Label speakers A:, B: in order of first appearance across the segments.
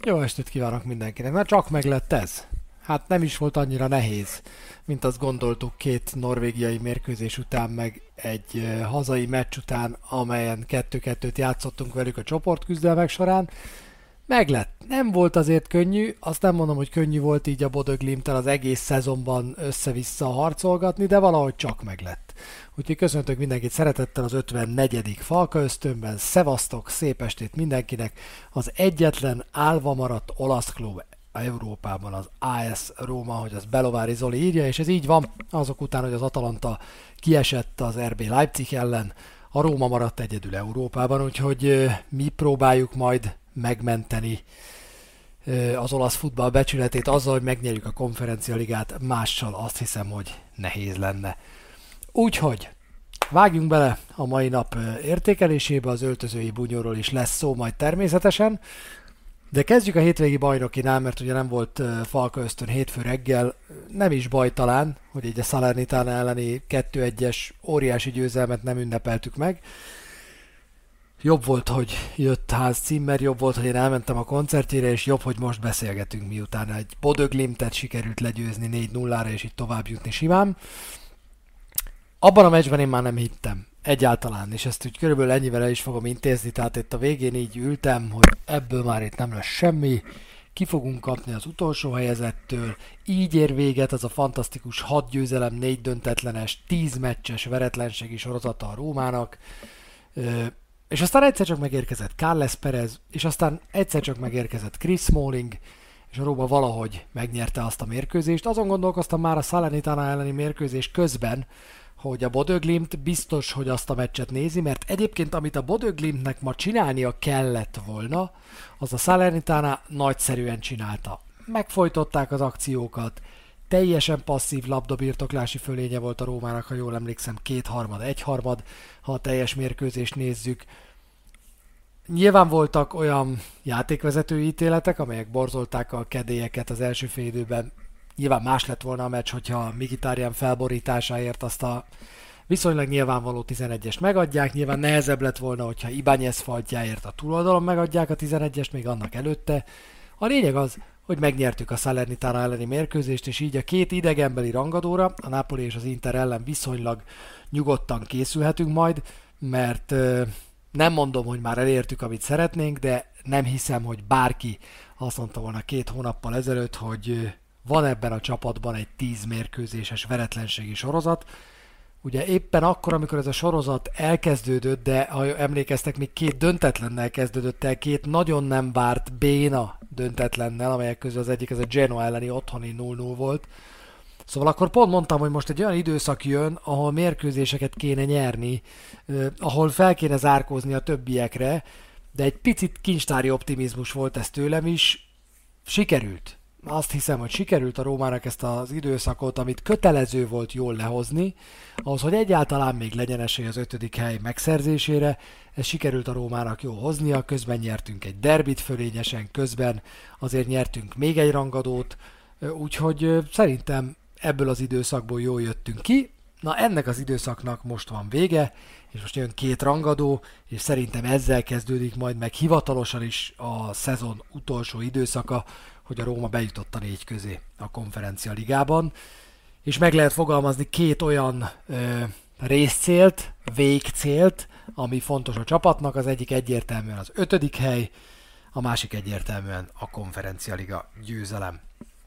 A: Jó estét kívánok mindenkinek. Na csak meg lett ez. Hát nem is volt annyira nehéz, mint azt gondoltuk két norvégiai mérkőzés után, meg egy hazai meccs után, amelyen 2-2-t játszottunk velük a csoportküzdelmek során. Meglett. Nem volt azért könnyű, azt nem mondom, hogy könnyű volt így a Bodø Glimt-tel az egész szezonban össze-vissza harcolgatni, de valahogy csak meglett. Úgyhogy köszöntök mindenkit szeretettel az 54. Falka ösztönben. Szevasztok, szép estét mindenkinek. Az egyetlen állva maradt olasz klub Európában az AS Róma, hogy az Belovári Zoli írja, és ez így van, azok után, hogy az Atalanta kiesett az RB Leipzig ellen, a Róma maradt egyedül Európában, úgyhogy mi próbáljuk majd megmenteni az olasz futball becsületét azzal, hogy megnyerjük a konferencialigát, mással azt hiszem, hogy nehéz lenne. Úgyhogy vágjunk bele a mai nap értékelésébe, az öltözői bunyóról is lesz szó majd természetesen, de kezdjük a hétvégi bajnokinál, mert ugye nem volt Falka ösztön hétfő reggel, nem is baj talán, hogy egy a Salernitana elleni 2-1-es óriási győzelmet nem ünnepeltük meg. Jobb volt, hogy jött Hans Zimmer, jobb volt, hogy én elmentem a koncertjére, és jobb, hogy most beszélgetünk, miután egy Bodø Glimtet sikerült legyőzni 4-0-ra, és így tovább jutni simán. Abban a meccsben én már nem hittem. Egyáltalán, és ezt úgy körülbelül ennyivel el is fogom intézni, tehát itt a végén így ültem, hogy ebből már itt nem lesz semmi, ki fogunk kapni az utolsó helyezettől, így ér véget az a fantasztikus 6 győzelem, 4 döntetlenes, 10 meccses veretlenségi sorozata a Rómának, és aztán egyszer csak megérkezett Carles Perez, és aztán egyszer csak megérkezett Chris Smalling, és a Róma valahogy megnyerte azt a mérkőzést. Azon gondolkoztam már a Salernitana elleni mérkőzés közben, hogy a Bodø Glimt biztos, hogy azt a meccset nézi, mert egyébként amit a Bodø Glimtnek ma csinálnia kellett volna, az a Salernitana nagyszerűen csinálta. Megfojtották az akciókat, teljesen passzív labdabirtoklási fölénye volt a Rómának, ha jól emlékszem, 2/3, 1/3, ha a teljes mérkőzést nézzük. Nyilván voltak olyan játékvezetői ítéletek, amelyek borzolták a kedélyeket az első fél időben. Nyilván más lett volna a meccs, hogyha Mkhitaryan felborításáért azt a viszonylag nyilvánvaló 11-est megadják. Nyilván nehezebb lett volna, hogyha Ibáñez faltjáért a túloldalon megadják a 11-est, még annak előtte. A lényeg az, hogy megnyertük a Salernitana elleni mérkőzést, és így a két idegenbeli rangadóra, a Napoli és az Inter ellen viszonylag nyugodtan készülhetünk majd, mert nem mondom, hogy már elértük, amit szeretnénk, de nem hiszem, hogy bárki azt mondta volna 2 hónappal ezelőtt, hogy van ebben a csapatban egy 10 mérkőzéses veretlenségi sorozat. Ugye éppen akkor, amikor ez a sorozat elkezdődött, de ha emlékeztek, még 2 döntetlennel kezdődött el, 2 nagyon nem várt béna döntetlennel, amelyek közül az egyik ez a Genoa elleni otthoni 0-0 volt. Szóval akkor pont mondtam, hogy most egy olyan időszak jön, ahol mérkőzéseket kéne nyerni, ahol fel kéne zárkózni a többiekre, de egy picit kincstári optimizmus volt ez tőlem is. Sikerült. Azt hiszem, hogy sikerült a Rómának ezt az időszakot, amit kötelező volt jól lehozni, ahhoz, hogy egyáltalán még legyen esély az 5. hely megszerzésére. Ez sikerült a Rómának jól hoznia, közben nyertünk egy derbit fölényesen, közben azért nyertünk még egy rangadót, úgyhogy szerintem ebből az időszakból jól jöttünk ki. Na ennek az időszaknak most van vége, és most jön 2 rangadó, és szerintem ezzel kezdődik majd meg hivatalosan is a szezon utolsó időszaka, hogy a Róma bejutott a 4 közé a konferencialigában, és meg lehet fogalmazni 2 olyan részcélt, végcélt, ami fontos a csapatnak, az egyik egyértelműen az 5. hely, a másik egyértelműen a konferencialiga győzelem.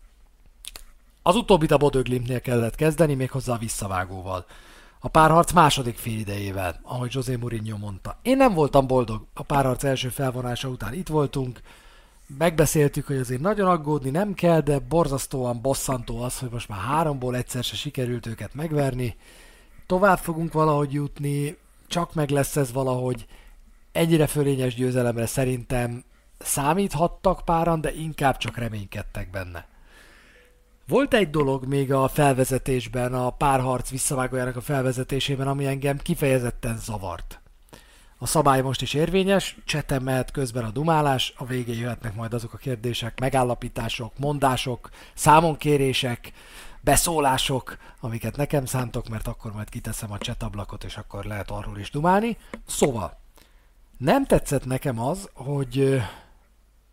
A: Az utóbbit a Bodø Glimtnél kellett kezdeni, méghozzá a visszavágóval. A párharc második félidejével, ahogy José Mourinho mondta. Én nem voltam boldog a párharc első felvonása után, itt voltunk, megbeszéltük, hogy azért nagyon aggódni nem kell, de borzasztóan bosszantó az, hogy most már 3-ból egyszer se sikerült őket megverni. Tovább fogunk valahogy jutni, csak meg lesz ez valahogy. Ennyire fölényes győzelemre szerintem számíthattak páran, de inkább csak reménykedtek benne. Volt egy dolog még a felvezetésben, a párharc visszavágójának a felvezetésében, ami engem kifejezetten zavart. A szabály most is érvényes, cseten mehet közben a dumálás, a végén jöhetnek majd azok a kérdések, megállapítások, mondások, számonkérések, beszólások, amiket nekem szántok, mert akkor majd kiteszem a csetablakot, és akkor lehet arról is dumálni. Szóval, nem tetszett nekem az, hogy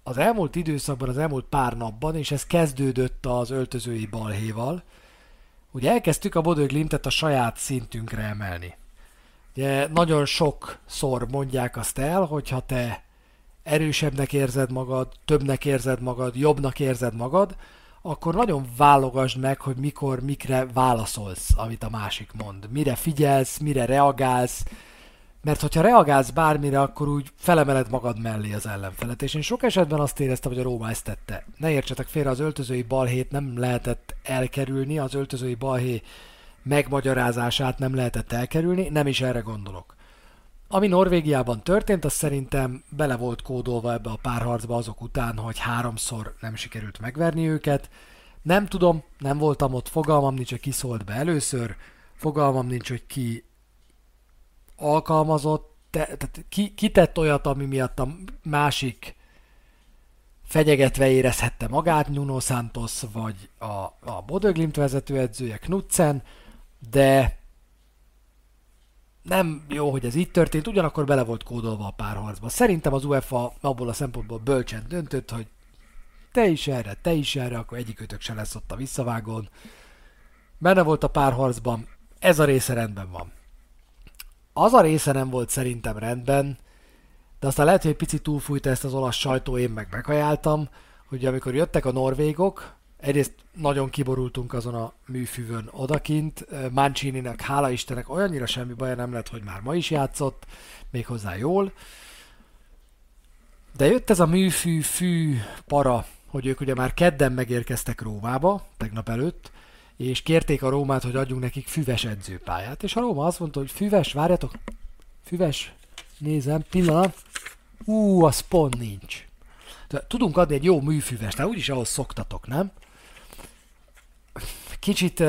A: az elmúlt időszakban, az elmúlt pár napban, és ez kezdődött az öltözői balhéval, ugye elkezdtük a Bodø Glimtet a saját szintünkre emelni. Ugye nagyon sokszor mondják azt el, hogyha te erősebbnek érzed magad, többnek érzed magad, jobbnak érzed magad, akkor nagyon válogasd meg, hogy mikor, mikre válaszolsz, amit a másik mond. Mire figyelsz, mire reagálsz, mert hogyha reagálsz bármire, akkor úgy felemeled magad mellé az ellenfelet. És én sok esetben azt éreztem, hogy a Róma ezt tette. Ne értsetek félre, az öltözői balhét nem lehetett elkerülni, az öltözői balhé megmagyarázását nem lehetett elkerülni, nem is erre gondolok. Ami Norvégiában történt, az szerintem bele volt kódolva ebbe a párharcba azok után, hogy 3-szor nem sikerült megverni őket. Nem tudom, nem voltam ott, fogalmam nincs, hogy ki szólt be először, fogalmam nincs, hogy ki alkalmazott, tehát ki tett olyat, ami miatt a másik fenyegetve érezhette magát, Nuno Santos vagy a Bodø Glimt vezetőedzője Knudsen, de nem jó, hogy ez így történt, ugyanakkor bele volt kódolva a párharcba. Szerintem az UEFA abból a szempontból bölcsen döntött, hogy te is erre, akkor egyikőtök se lesz ott a visszavágón. Benne volt a párharcban, ez a része rendben van. Az a része nem volt szerintem rendben, de aztán lehet, hogy egy picit túlfújta ezt az olasz sajtó, én meg meghajáltam, hogy amikor jöttek a norvégok, egyrészt nagyon kiborultunk azon a műfűvön odakint, Mancininek, hála Istennek, olyannyira semmi baja nem lett, hogy már ma is játszott, méghozzá jól. De jött ez a műfű para, hogy ők ugye már kedden megérkeztek Rómába, tegnap előtt, és kérték a Rómát, hogy adjunk nekik füves edzőpályát. És a Róma azt mondta, hogy füves, várjatok, füves, nézem, pillanat, az pont nincs. Tudunk adni egy jó műfüves, tehát úgyis ahhoz szoktatok, nem? Kicsit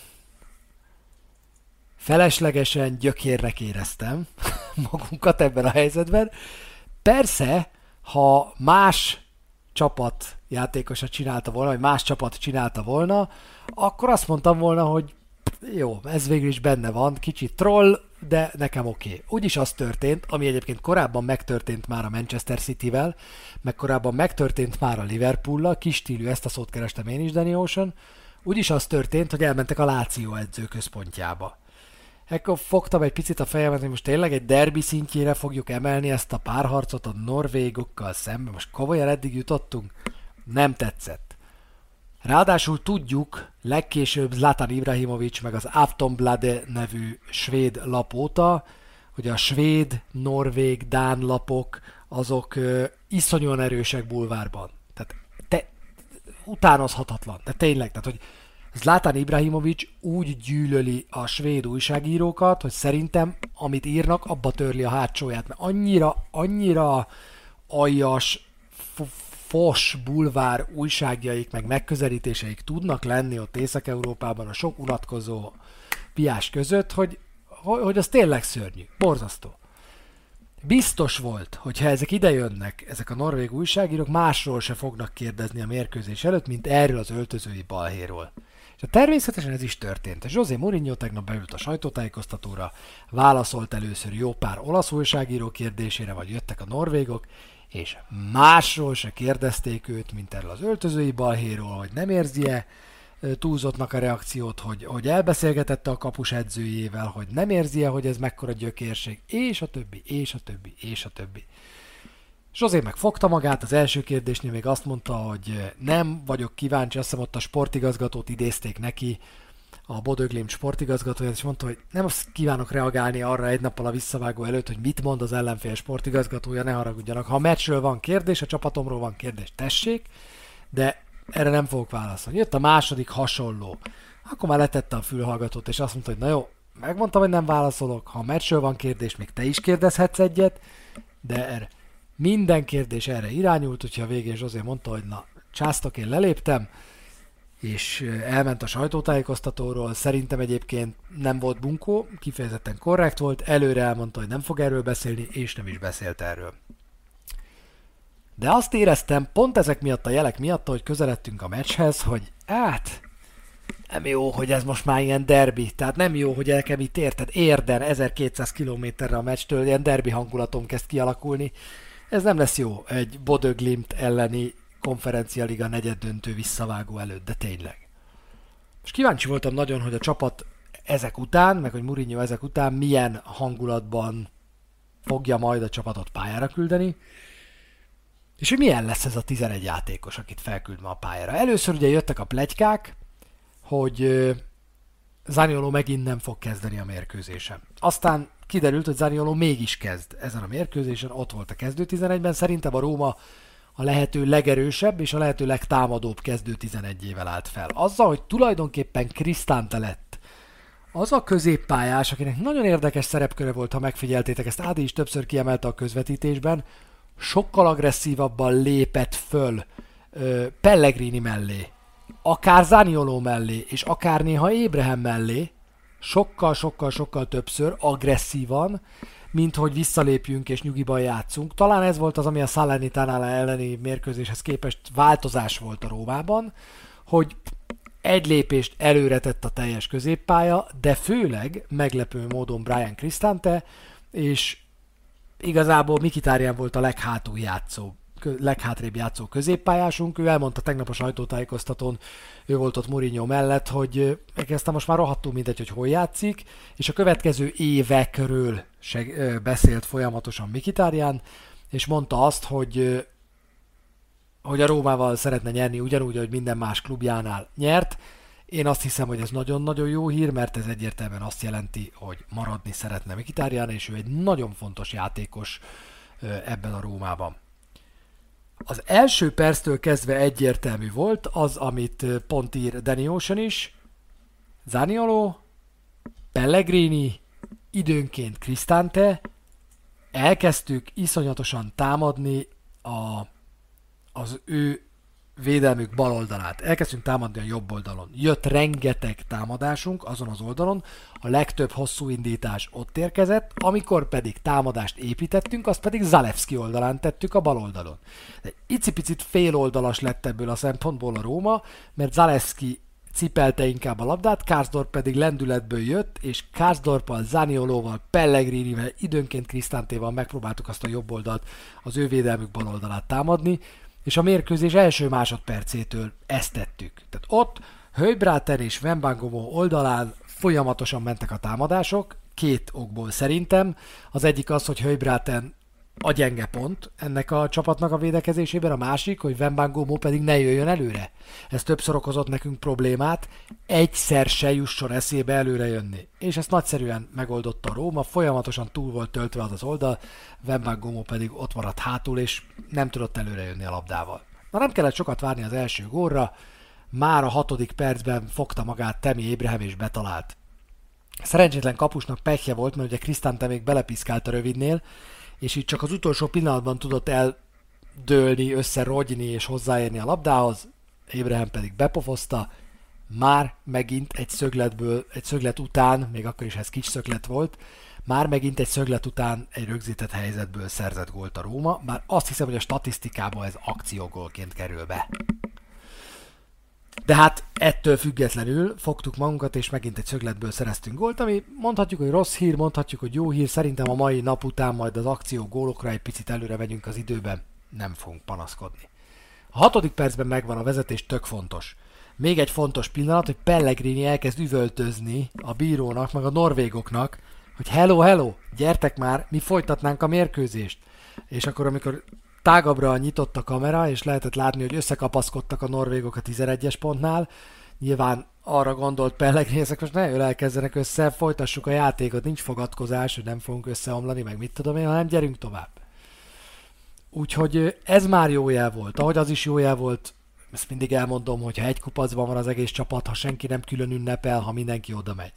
A: feleslegesen gyökérnek éreztem magunkat ebben a helyzetben. Persze, ha más csapat játékosa csinálta volna, vagy más csapat csinálta volna, akkor azt mondtam volna, hogy jó, ez végül is benne van, kicsit troll, de nekem oké. Úgyis az történt, ami egyébként korábban megtörtént már a Manchester Cityvel, meg korábban megtörtént már a Liverpoollal, kis stílű, ezt a szót kerestem én is, Danny Ocean, úgyis az történt, hogy elmentek a Lazio edzőközpontjába. Ekkor fogtam egy picit a fejemet, hogy most tényleg egy derbi szintjére fogjuk emelni ezt a párharcot a norvégokkal szemben. Most komolyan eddig jutottunk? Nem tetszett. Ráadásul tudjuk, legkésőbb Zlatan Ibrahimovic meg az Aftonbladet nevű svéd lap óta, hogy a svéd, norvég, dán lapok azok iszonyúan erősek bulvárban. Tehát utánozhatatlan. De tényleg, tehát hogy Zlatan Ibrahimovic úgy gyűlöli a svéd újságírókat, hogy szerintem, amit írnak, abba törli a hátsóját, mert annyira aljas, fos bulvár újságjaik, meg megközelítéseik tudnak lenni ott Észak-Európában a sok unatkozó piás között, hogy az tényleg szörnyű, borzasztó. Biztos volt, hogy ha ezek idejönnek, ezek a norvég újságírók másról se fognak kérdezni a mérkőzés előtt, mint erről az öltözői balhéról. És természetesen ez is történt. José Mourinho tegnap beült a sajtótájékoztatóra, válaszolt először jó pár olasz újságíró kérdésére, vagy jöttek a norvégok, és másról se kérdezték őt, mint erről az öltözői balhéról, hogy nem érzi-e túlzottnak a reakciót, hogy elbeszélgetette a kapus edzőjével, hogy nem érzi-e, hogy ez mekkora gyökérség, és a többi, és a többi, és a többi. José megfogta magát, az első kérdésnél még azt mondta, hogy nem vagyok kíváncsi, azt hiszem ott a sportigazgatót idézték neki, a Bodø Glimt sportigazgatóját, és mondta, hogy nem azt kívánok reagálni arra egy nappal a visszavágó előtt, hogy mit mond az ellenfél sportigazgatója, ne haragudjanak. Ha a meccsről van kérdés, a csapatomról van kérdés, tessék, de erre nem fogok válaszolni. Jött a második hasonló. Akkor már letette a fülhallgatót, és azt mondta, hogy na jó, megmondtam, hogy nem válaszolok, ha a meccsről van kérdés, még te is kérdezhetsz egyet, de erre minden kérdés erre irányult, úgyhogy a végén José mondta, hogy na, császtok, én leléptem, és elment a sajtótájékoztatóról, szerintem egyébként nem volt bunkó, kifejezetten korrekt volt, előre elmondta, hogy nem fog erről beszélni, és nem is beszélt erről. De azt éreztem, pont ezek miatt a jelek miatt, hogy közeledtünk a meccshez, hogy nem jó, hogy ez most már ilyen derbi, tehát nem jó, hogy nekem itt érted, Érden, 1200 kilométerre a meccstől, ilyen derbi hangulatom kezd kialakulni, Ez nem lesz jó egy Bodø Glimt elleni konferencialiga negyeddöntő visszavágó előtt, de tényleg. És kíváncsi voltam nagyon, hogy a csapat ezek után, meg hogy Mourinho ezek után milyen hangulatban fogja majd a csapatot pályára küldeni, és hogy milyen lesz ez a 11 játékos, akit felküld ma a pályára. Először ugye jöttek a pletykák, hogy Zanioló megint nem fog kezdeni a mérkőzésen. Aztán kiderült, hogy Zanioló mégis kezd ezen a mérkőzésen, ott volt a kezdő 11-ben. Szerintem a Róma a lehető legerősebb és a lehető legtámadóbb kezdő 11-ével állt fel. Azzal, hogy tulajdonképpen Cristante lett az a középpályás, akinek nagyon érdekes szerepköre volt, ha megfigyeltétek, ezt Ádi is többször kiemelte a közvetítésben, sokkal agresszívabban lépett föl Pellegrini mellé, akár Zanioló mellé, és akár néha Ébrahim mellé, sokkal többször agresszívan, mint hogy visszalépjünk és nyugiban játszunk. Talán ez volt az, ami a Salernitánál elleni mérkőzéshez képest változás volt a Rómában, hogy egy lépést előre tett a teljes középpálya, de főleg meglepő módon Bryan Cristante, és igazából Mkhitaryan volt a leghátrébb játszó középpályásunk. Ő elmondta tegnap a sajtótájékoztatón, ő volt ott Mourinho mellett, hogy aztán most már rohadtul mindegy, hogy hol játszik, és a következő évekről beszélt folyamatosan Mkhitaryan, és mondta azt, hogy a Rómával szeretne nyerni ugyanúgy, ahogy minden más klubjánál nyert. Én azt hiszem, hogy ez nagyon-nagyon jó hír, mert ez egyértelműen azt jelenti, hogy maradni szeretne Mkhitaryan, és ő egy nagyon fontos játékos ebben a Rómában. Az első perctől kezdve egyértelmű volt az, amit pont ír Danny Ocean is, Zanioló, Pellegrini, időnként Cristante, elkezdtük iszonyatosan támadni az ő védelmük bal oldalát. Elkezdtünk támadni a jobb oldalon. Jött rengeteg támadásunk azon az oldalon, a legtöbb hosszú indítás ott érkezett, amikor pedig támadást építettünk, azt pedig Zalewski oldalán tettük a bal oldalon. De icipicit féloldalas lett ebből a szempontból a Róma, mert Zalewski cipelte inkább a labdát, Karsdorp pedig lendületből jött, és Karsdorppal, Zaniolóval, Pellegrinivel, időnként Cristantéval megpróbáltuk azt a jobb oldalt, az ő védelmük bal oldalát támadni, és a mérkőzés első másodpercétől ezt tettük. Tehát ott Højbråten és Wembanyama oldalán folyamatosan mentek a támadások, két okból szerintem. Az egyik az, hogy Højbråten a gyenge pont ennek a csapatnak a védekezésében, a másik, hogy Wembanyama pedig ne jöjjön előre. Ez többször okozott nekünk problémát, egyszer se jusson eszébe előre jönni. És ezt nagyszerűen megoldotta a Róma, folyamatosan túl volt töltve az oldal, Wembanyama pedig ott maradt hátul, és nem tudott előre jönni a labdával. Na nem kellett sokat várni az első gólra, már a 6. percben fogta magát Tammy Abraham és betalált. Szerencsétlen kapusnak pekje volt, mert ugye Cristante még belepiszkált a rövidnél, és így csak az utolsó pillanatban tudott eldőlni, összerogyni és hozzáérni a labdához, Abraham pedig bepofozta, már megint egy szöglet után, még akkor is ez kis szöglet volt, már megint egy szöglet után egy rögzített helyzetből szerzett gólt a Róma, bár azt hiszem, hogy a statisztikában ez akciógólként kerül be. De hát ettől függetlenül fogtuk magunkat, és megint egy szögletből szereztünk gólt, ami mondhatjuk, hogy rossz hír, mondhatjuk, hogy jó hír. Szerintem a mai nap után majd az akció gólokra egy picit előre vegyünk az időben, nem fogunk panaszkodni. A 6. percben megvan a vezetés, tök fontos. Még egy fontos pillanat, hogy Pellegrini elkezd üvöltözni a bírónak, meg a norvégoknak, hogy hello, gyertek már, mi folytatnánk a mérkőzést. És akkor, amikor tágabbra nyitott a kamera, és lehetett látni, hogy összekapaszkodtak a norvégok a 11-es pontnál. Nyilván arra gondolt Pellegrini, ezek most ne ölelkezzenek össze, folytassuk a játékot, nincs fogadkozás, hogy nem fogunk összeomlani, meg mit tudom én, hanem gyerünk tovább. Úgyhogy ez már jó jel volt. Ahogy az is jó jel volt, ezt mindig elmondom, hogy ha egy kupacban van az egész csapat, ha senki nem külön ünnepel, ha mindenki oda megy.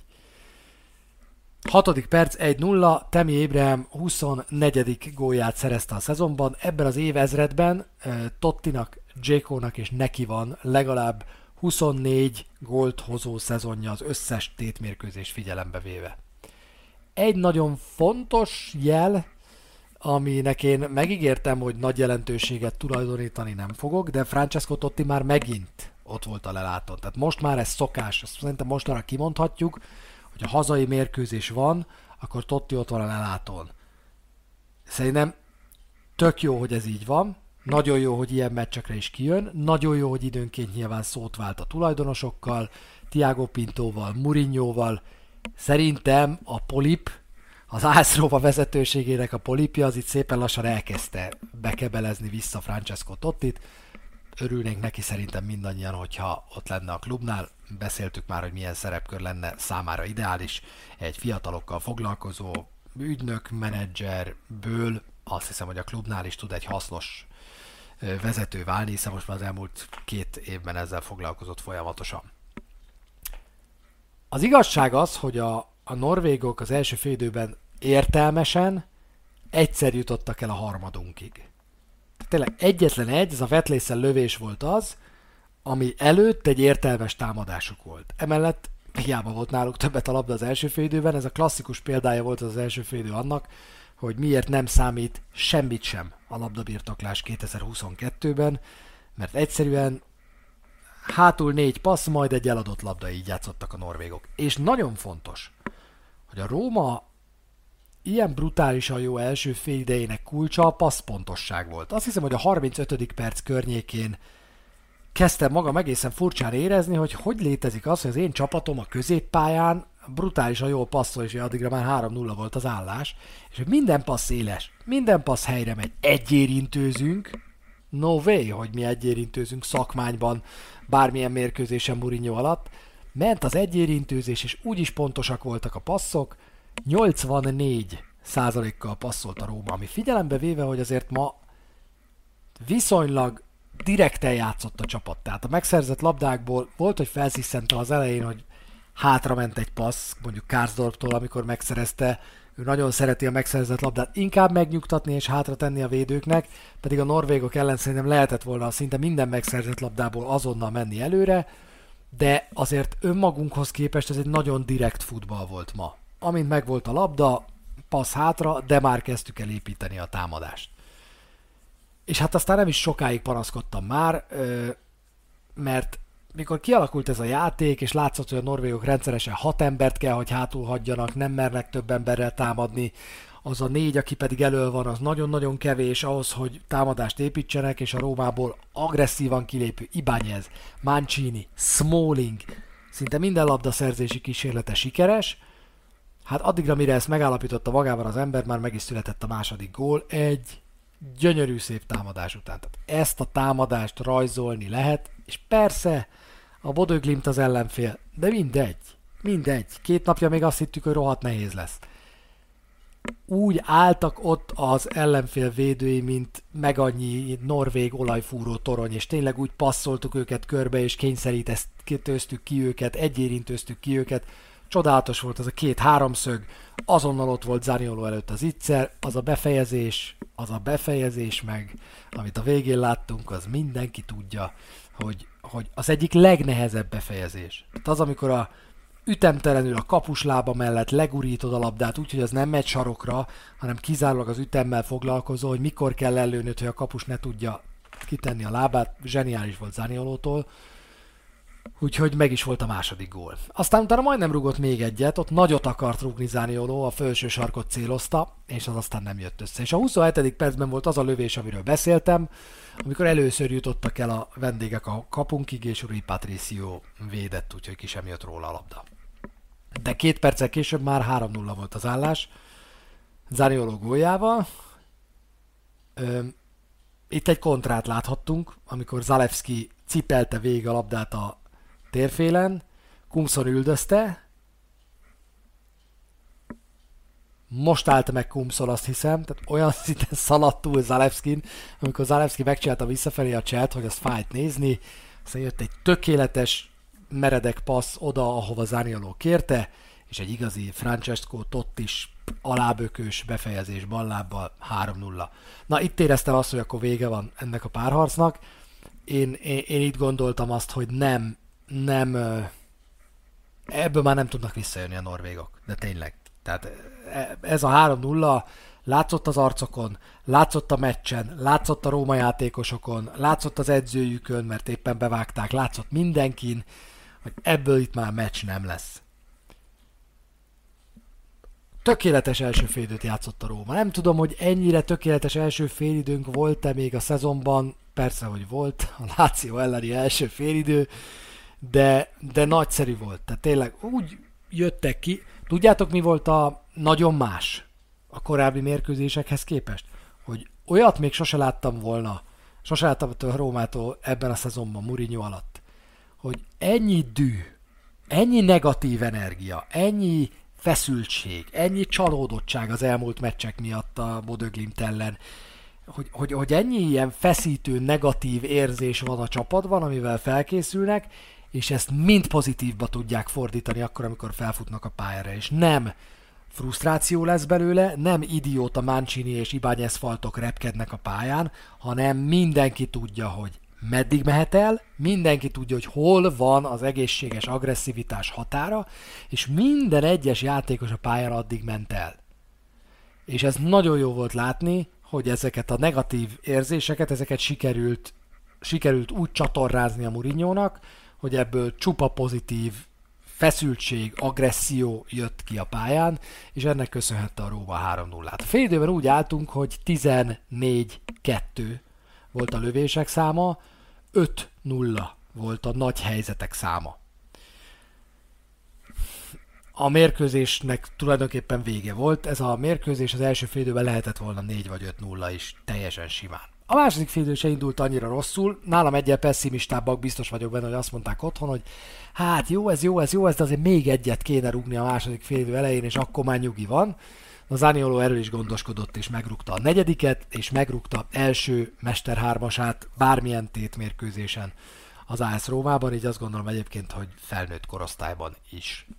A: 6. perc 1-0, Tammy Abraham 24. gólját szerezte a szezonban. Ebben az évezredben Tottinak, Dzsékónak és neki van legalább 24 gólt hozó szezonja az összes tétmérkőzést figyelembe véve. Egy nagyon fontos jel, aminek én megígértem, hogy nagy jelentőséget tulajdonítani nem fogok, de Francesco Totti már megint ott volt a lelátón. Tehát most már ez szokás, ezt szerintem mostanra kimondhatjuk, hogy a hazai mérkőzés van, akkor Totti ott van a lelátón. Szerintem tök jó, hogy ez így van, nagyon jó, hogy ilyen meccsekre is kijön, nagyon jó, hogy időnként nyilván szót vált a tulajdonosokkal, Thiago Pintóval, Mourinhoval. Szerintem a polip, az AS Roma vezetőségének a polipja az itt szépen lassan elkezdte bekebelezni vissza Francesco Tottit. Örülnénk neki szerintem mindannyian, hogyha ott lenne a klubnál. Beszéltük már, hogy milyen szerepkör lenne számára ideális egy fiatalokkal foglalkozó ügynök, menedzserből. Azt hiszem, hogy a klubnál is tud egy hasznos vezető válni, hiszen most már az elmúlt 2 évben ezzel foglalkozott folyamatosan. Az igazság az, hogy a norvégok az első fél időben értelmesen egyszer jutottak el a harmadunkig. Tehát tényleg egyetlen ez a Vetlészen lövés volt az, ami előtt egy értelmes támadásuk volt. Emellett hiába volt náluk többet a labda az első fél időben, ez a klasszikus példája volt az első fél idő annak, hogy miért nem számít semmit sem a labdabirtoklás 2022-ben, mert egyszerűen hátul 4 passz, majd egy eladott labda, így játszottak a norvégok. És nagyon fontos, hogy a Róma ilyen brutálisan jó első fél idejének kulcsa a passzpontosság volt. Azt hiszem, hogy a 35. perc környékén kezdtem magam egészen furcsán érezni, hogy létezik az, hogy az én csapatom a középpályán brutálisan jól passzol, és addigra már 3-0 volt az állás, és hogy minden passz éles, minden passz helyre megy, egyérintőzünk, no way, hogy mi egyérintőzünk szakmányban, bármilyen mérkőzésen Mourinho alatt, ment az egyérintőzés, és úgyis pontosak voltak a passzok, 84%-kal passzolt a Róma, ami figyelembe véve, hogy azért ma viszonylag direkten játszott a csapat. Tehát a megszerzett labdákból volt, hogy felsziszente az elején, hogy hátra ment egy passz, mondjuk Karsdorptól, amikor megszerezte, ő nagyon szereti a megszerzett labdát inkább megnyugtatni és hátra tenni a védőknek, pedig a norvégok ellen szerintem lehetett volna szinte minden megszerzett labdából azonnal menni előre, de azért önmagunkhoz képest ez egy nagyon direkt futball volt ma. Amint megvolt a labda, passz hátra, de már kezdtük el építeni a támadást. És hát aztán nem is sokáig panaszkodtam már, mert mikor kialakult ez a játék, és látszott, hogy a norvégok rendszeresen 6 embert kell, hogy hátul hagyjanak, nem mernek több emberrel támadni, az a 4, aki pedig elől van, az nagyon-nagyon kevés ahhoz, hogy támadást építsenek, és a Rómából agresszívan kilépő Ibáñez, Mancini, Smalling, szinte minden labdaszerzési kísérlete sikeres. Hát addigra, mire ezt megállapította magában az ember, már meg is született a második gól, egy gyönyörű szép támadás után. Tehát ezt a támadást rajzolni lehet, és persze a Bodø Glimt az ellenfél, de mindegy. 2 napja még azt hittük, hogy rohadt nehéz lesz. Úgy álltak ott az ellenfél védői, mint meg annyi norvég olajfúró torony, és tényleg úgy passzoltuk őket körbe, és kényszerítőztük ki őket, egyérintőztük ki őket. Csodálatos volt az a 2 háromszög, azonnal ott volt Zanioló előtt az Itzer, az a befejezés meg, amit a végén láttunk, az mindenki tudja, hogy az egyik legnehezebb befejezés. Tehát az, amikor a ütemtelenül a kapuslába mellett legurítod a labdát, úgyhogy az nem megy sarokra, hanem kizárólag az ütemmel foglalkozó, hogy mikor kell előnöd, hogy a kapus ne tudja kitenni a lábát. Zseniális volt Zaniolótól. Úgyhogy meg is volt a második gól. Aztán utána majdnem rúgott még egyet, ott nagyot akart rúgni Zanioló, a felső sarkot célozta, és az aztán nem jött össze. És a 27. percben volt az a lövés, amiről beszéltem, amikor először jutottak el a vendégek a kapunkig, és Rui Patricio védett, úgyhogy ki sem jött róla a labda. De 2 perccel később már 3-0 volt az állás Zanioló góljával. Itt egy kontrát láthattunk, amikor Zalewski cipelte végig a labdát a térfélen, Kumson üldözte, most állt meg Kumson, azt hiszem, tehát olyan szinten szaladt túl Zalewskin, amikor Zalewski megcsinálta visszafelé a cselt, hogy azt fájt nézni, aztán jött egy tökéletes meredek passz oda, ahova Zanioló kérte, és egy igazi Francesco Tottis alábökős befejezés ballábbal 3-0. Na, itt éreztem azt, hogy akkor vége van ennek a párharcnak. Én itt gondoltam azt, hogy nem, ebből már nem tudnak visszajönni a norvégok, de tényleg. Tehát ez a 3-0 látszott az arcokon, látszott a meccsen, látszott a Róma játékosokon, látszott az edzőjükön, mert éppen bevágták, látszott mindenkin, hogy ebből itt már meccs nem lesz. tökéletes első félidőt játszott a Róma. Nem tudom, hogy ennyire tökéletes első félidőnk volt-e még a szezonban. Persze, hogy volt a Lazio elleni első félidő, de nagyszerű volt. Tehát tényleg úgy jöttek ki. Tudjátok, mi volt a nagyon más a korábbi mérkőzésekhez képest? Hogy olyat még sose láttam a Rómától ebben a szezonban, Mourinho alatt, hogy ennyi düh, ennyi negatív energia, ennyi feszültség, ennyi csalódottság az elmúlt meccsek miatt a Bodø Glimt ellen, hogy ennyi ilyen feszítő, negatív érzés van a csapatban, amivel felkészülnek, és ezt mind pozitívba tudják fordítani akkor, amikor felfutnak a pályára, és nem frusztráció lesz belőle, nem idióta Mancini és Ibáñez faltok repkednek a pályán, hanem mindenki tudja, hogy meddig mehet el, mindenki tudja, hogy hol van az egészséges agresszivitás határa, és minden egyes játékos a pályára addig ment el. És ez nagyon jó volt látni, hogy ezeket a negatív érzéseket, ezeket sikerült úgy csatornázni a Mourinhónak, hogy ebből csupa pozitív feszültség, agresszió jött ki a pályán, és ennek köszönhette a Róma 3-0-át. A félidőben úgy álltunk, hogy 14-2 volt a lövések száma, 5-0 volt a nagy helyzetek száma. A mérkőzésnek tulajdonképpen vége volt, ez a mérkőzés az első félidőben lehetett volna 4 vagy 5-0 is, teljesen simán. A második félidő se indult annyira rosszul, nálam egyel pessimistábbak, biztos vagyok benne, hogy azt mondták otthon, hogy hát jó, ez, de azért még egyet kéne rúgni a második félidő elején, és akkor már nyugi van. A Zanioló erről is gondoskodott, és megrúgta a negyediket, és megrúgta első Mester 3-asát bármilyen tétmérkőzésen az AS Rómában, így azt gondolom egyébként, hogy felnőtt korosztályban is.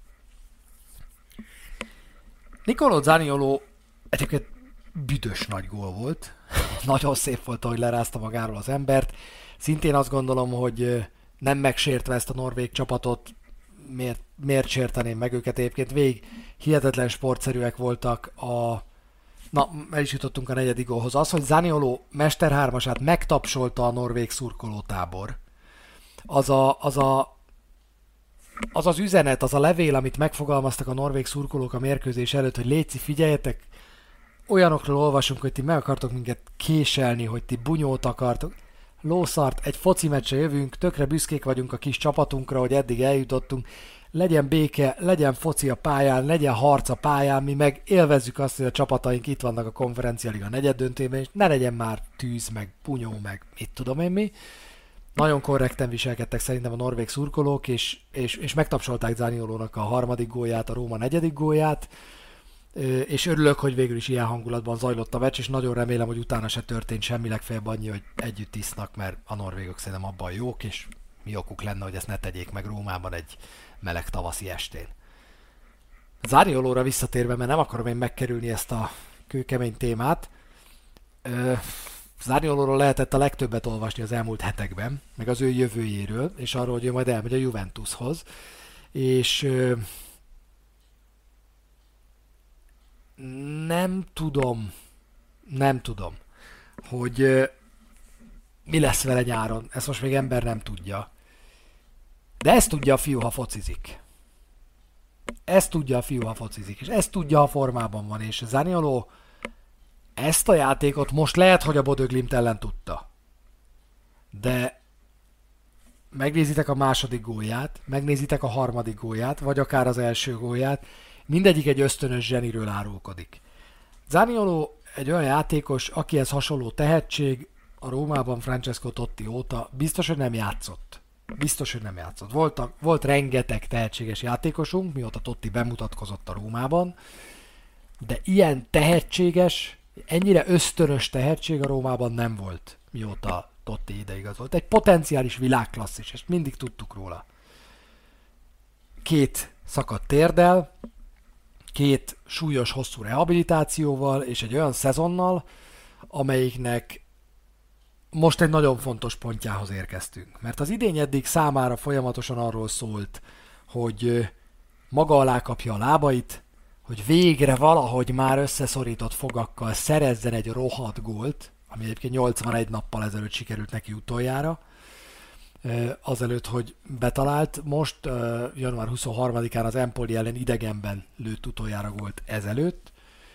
A: Niccolò Zanioló egyébként büdös nagy gól volt. Nagyon szép volt, ahogy lerázta magáról az embert. Szintén azt gondolom, hogy nem megsértve ezt a norvég csapatot, miért sérteném meg őket egyébként? Végig hihetetlen sportszerűek voltak el is jutottunk a negyedik gólhoz. Az, hogy Zanioló Mester 3-asát megtapsolta a norvég szurkolótábor, az üzenet, az a levél, amit megfogalmaztak a norvég szurkolók a mérkőzés előtt, hogy léci, figyeljetek, olyanokról olvasunk, hogy ti meg akartok minket késelni, hogy ti bunyót akartok. Lószart, egy foci meccsre jövünk, tökre büszkék vagyunk a kis csapatunkra, hogy eddig eljutottunk. Legyen béke, legyen foci a pályán, legyen harc a pályán, mi meg élvezzük azt, hogy a csapataink itt vannak a Konferencia Liga negyeddöntőben, és ne legyen már tűz, meg bunyó, meg mit tudom én mi. Nagyon korrekten viselkedtek szerintem a norvég szurkolók, és megtapsolták Zaniolónak a harmadik gólját, a Róma negyedik gólját, és örülök, hogy végül is ilyen hangulatban zajlott a meccs, és nagyon remélem, hogy utána se történt semmi, legfeljebb annyi, hogy együtt isznak, mert a norvégok szerintem abban jók, és mi okuk lenne, hogy ezt ne tegyék meg Rómában egy meleg tavaszi estén. Zaniolóra visszatérve, mert nem akarom én megkerülni ezt a kőkemény témát, Zaniolóról lehetett a legtöbbet olvasni az elmúlt hetekben, meg az ő jövőjéről, és arról, hogy ő majd elmegy a Juventushoz, és nem tudom, hogy mi lesz vele nyáron. Ezt most még ember nem tudja. De ezt tudja a fiú, ha focizik. És ezt tudja, ha formában van. És Zanioló ezt a játékot most lehet, hogy a Bodø Glimt ellen tudta. De megnézitek a második gólját, megnézitek a harmadik gólját, vagy akár az első gólját, mindegyik egy ösztönös zseniről árulkodik. Zanioló egy olyan játékos, akihez hasonló tehetség a Rómában Francesco Totti óta biztos, hogy nem játszott. Volt rengeteg tehetséges játékosunk, mióta Totti bemutatkozott a Rómában, de ilyen tehetséges, ennyire ösztönös tehetség a Rómában nem volt, mióta Totti ideigazolt. Egy potenciális világklasszis, ezt mindig tudtuk róla. 2 szakadt térdel, 2 súlyos, hosszú rehabilitációval, és egy olyan szezonnal, amelyiknek most egy nagyon fontos pontjához érkeztünk. Mert az idény eddig számára folyamatosan arról szólt, hogy maga alá kapja a lábait, hogy végre valahogy már összeszorított fogakkal szerezzen egy rohadt gólt, ami egyébként 81 nappal ezelőtt sikerült neki utoljára, azelőtt, hogy betalált. Most január 23-án az Empoli ellen idegenben lőtt utoljára gólt ezelőtt.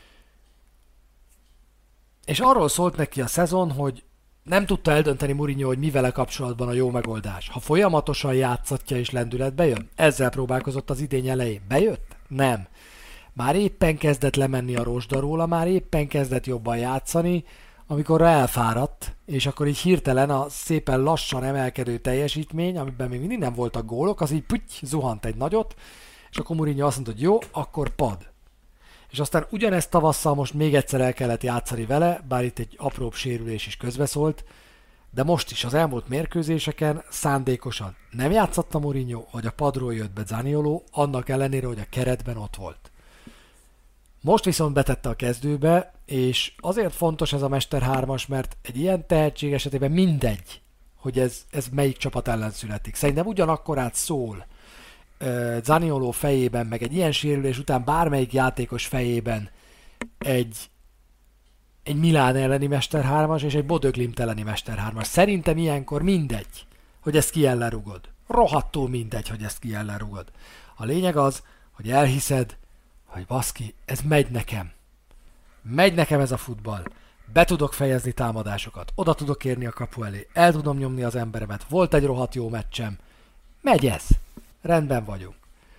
A: És arról szólt neki a szezon, hogy nem tudta eldönteni Mourinho, hogy mi vele kapcsolatban a jó megoldás. Ha folyamatosan játszatja és lendületbe jön, ezzel próbálkozott az idény elején. Bejött? Nem. Már éppen kezdett lemenni a rozsda róla, már éppen kezdett jobban játszani, amikor elfáradt, és akkor így hirtelen a szépen lassan emelkedő teljesítmény, amiben még mindig nem voltak gólok, az így zuhant egy nagyot, és akkor Mourinho azt mondta, hogy jó, akkor pad. És aztán ugyanezt tavasszal most még egyszer el kellett játszani vele, bár itt egy apróbb sérülés is közbeszólt, de most is az elmúlt mérkőzéseken szándékosan nem játszott a Mourinho, hogy a padról jött be Zanioló, annak ellenére, hogy a keretben ott volt. Most viszont betette a kezdőbe, és azért fontos ez a Mester 3-as, mert egy ilyen tehetség esetében mindegy, hogy ez melyik csapat ellen születik. Szerintem ugyanakkorát szól Zanioló fejében, meg egy ilyen sérülés után bármelyik játékos fejében egy Milán elleni Mester 3-as és egy Bodø Glimt elleni Mester 3-as. Szerintem ilyenkor mindegy, hogy ezt ki ellen rugod. Rohadtul mindegy, hogy ezt ki ellen rugod. A lényeg az, hogy elhiszed, hogy baszki, ez megy nekem. Megy nekem ez a futball. Be tudok fejezni támadásokat, oda tudok érni a kapu elé, el tudom nyomni az emberemet, volt egy rohadt jó meccsem. Megy ez. Rendben vagyunk.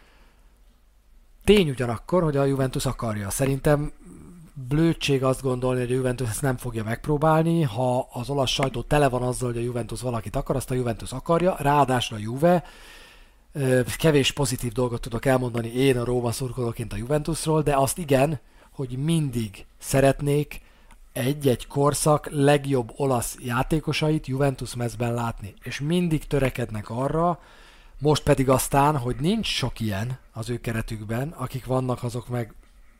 A: Tény ugyanakkor, hogy a Juventus akarja. Szerintem blödség azt gondolni, hogy a Juventus ezt nem fogja megpróbálni. Ha az olasz sajtó tele van azzal, hogy a Juventus valakit akar, azt a Juventus akarja. Ráadásul a Juve. Kevés pozitív dolgot tudok elmondani én a Róma szurkolóként a Juventusról, de azt igen, hogy mindig szeretnék egy-egy korszak legjobb olasz játékosait Juventus mezben látni. És mindig törekednek arra, most pedig aztán, hogy nincs sok ilyen az ő keretükben, akik vannak, azok meg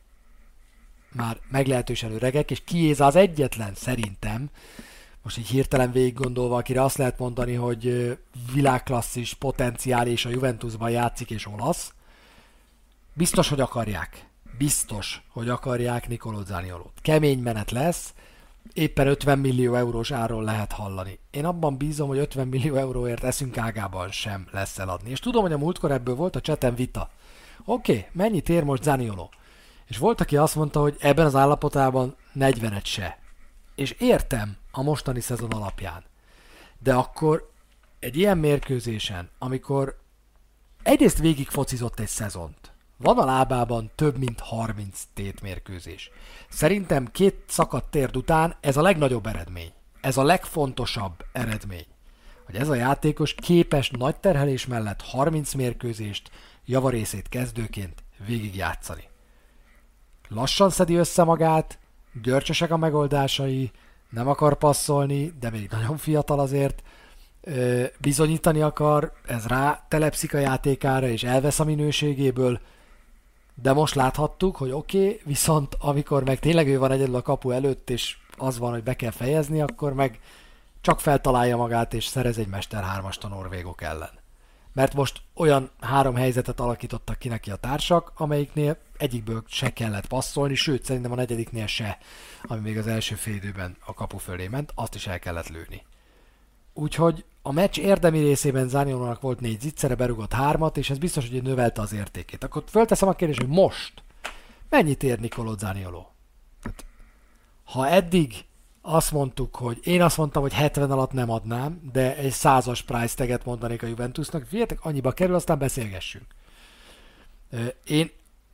A: már meglehetősen öregek, és Chiesa az egyetlen szerintem, most így hirtelen végig gondolva, akire azt lehet mondani, hogy világklasszis potenciál és a Juventusban játszik és olasz, biztos, hogy akarják. Biztos, hogy akarják Niccolò Zaniolót. Kemény menet lesz, éppen 50 millió eurós áron lehet hallani. Én abban bízom, hogy 50 millió euróért eszünk ágában sem lesz eladni. És tudom, hogy a múltkor ebből volt a chaten vita. Oké, mennyit ér most Zanioló? És volt, aki azt mondta, hogy ebben az állapotában 40-et se. És értem a mostani szezon alapján. De akkor egy ilyen mérkőzésen, amikor egyrészt végig focizott egy szezont, van a lábában több mint 30 tétmérkőzés. Szerintem 2 szakadt térd után ez a legnagyobb eredmény. Ez a legfontosabb eredmény. Hogy ez a játékos képes nagy terhelés mellett 30 mérkőzést javarészét kezdőként végigjátszani. Lassan szedi össze magát, görcsösek a megoldásai, nem akar passzolni, de még nagyon fiatal azért, bizonyítani akar, ez rá telepszik a játékára és elvesz a minőségéből, de most láthattuk, hogy oké, viszont amikor meg tényleg ő van egyedül a kapu előtt, és az van, hogy be kell fejezni, akkor meg csak feltalálja magát, és szerez egy Mester 3-ast a norvégok ellen. Mert most olyan 3 helyzetet alakítottak ki neki a társak, amelyiknél egyikből se kellett passzolni, sőt, szerintem a negyediknél se, ami még az első fél időben a kapu fölé ment, azt is el kellett lőni. Úgyhogy a meccs érdemi részében Zaniolónak volt 4 zicsere, berugott 3-at, és ez biztos, hogy növelte az értékét. Akkor fölteszem a kérdést, hogy most mennyit ér Niccolò Zanioló? Ha eddig azt mondtuk, hogy én azt mondtam, hogy 70 alatt nem adnám, de egy 100-as price taget mondanék a Juventusnak, figyeljetek, annyiba kerül, aztán beszélgessünk. Én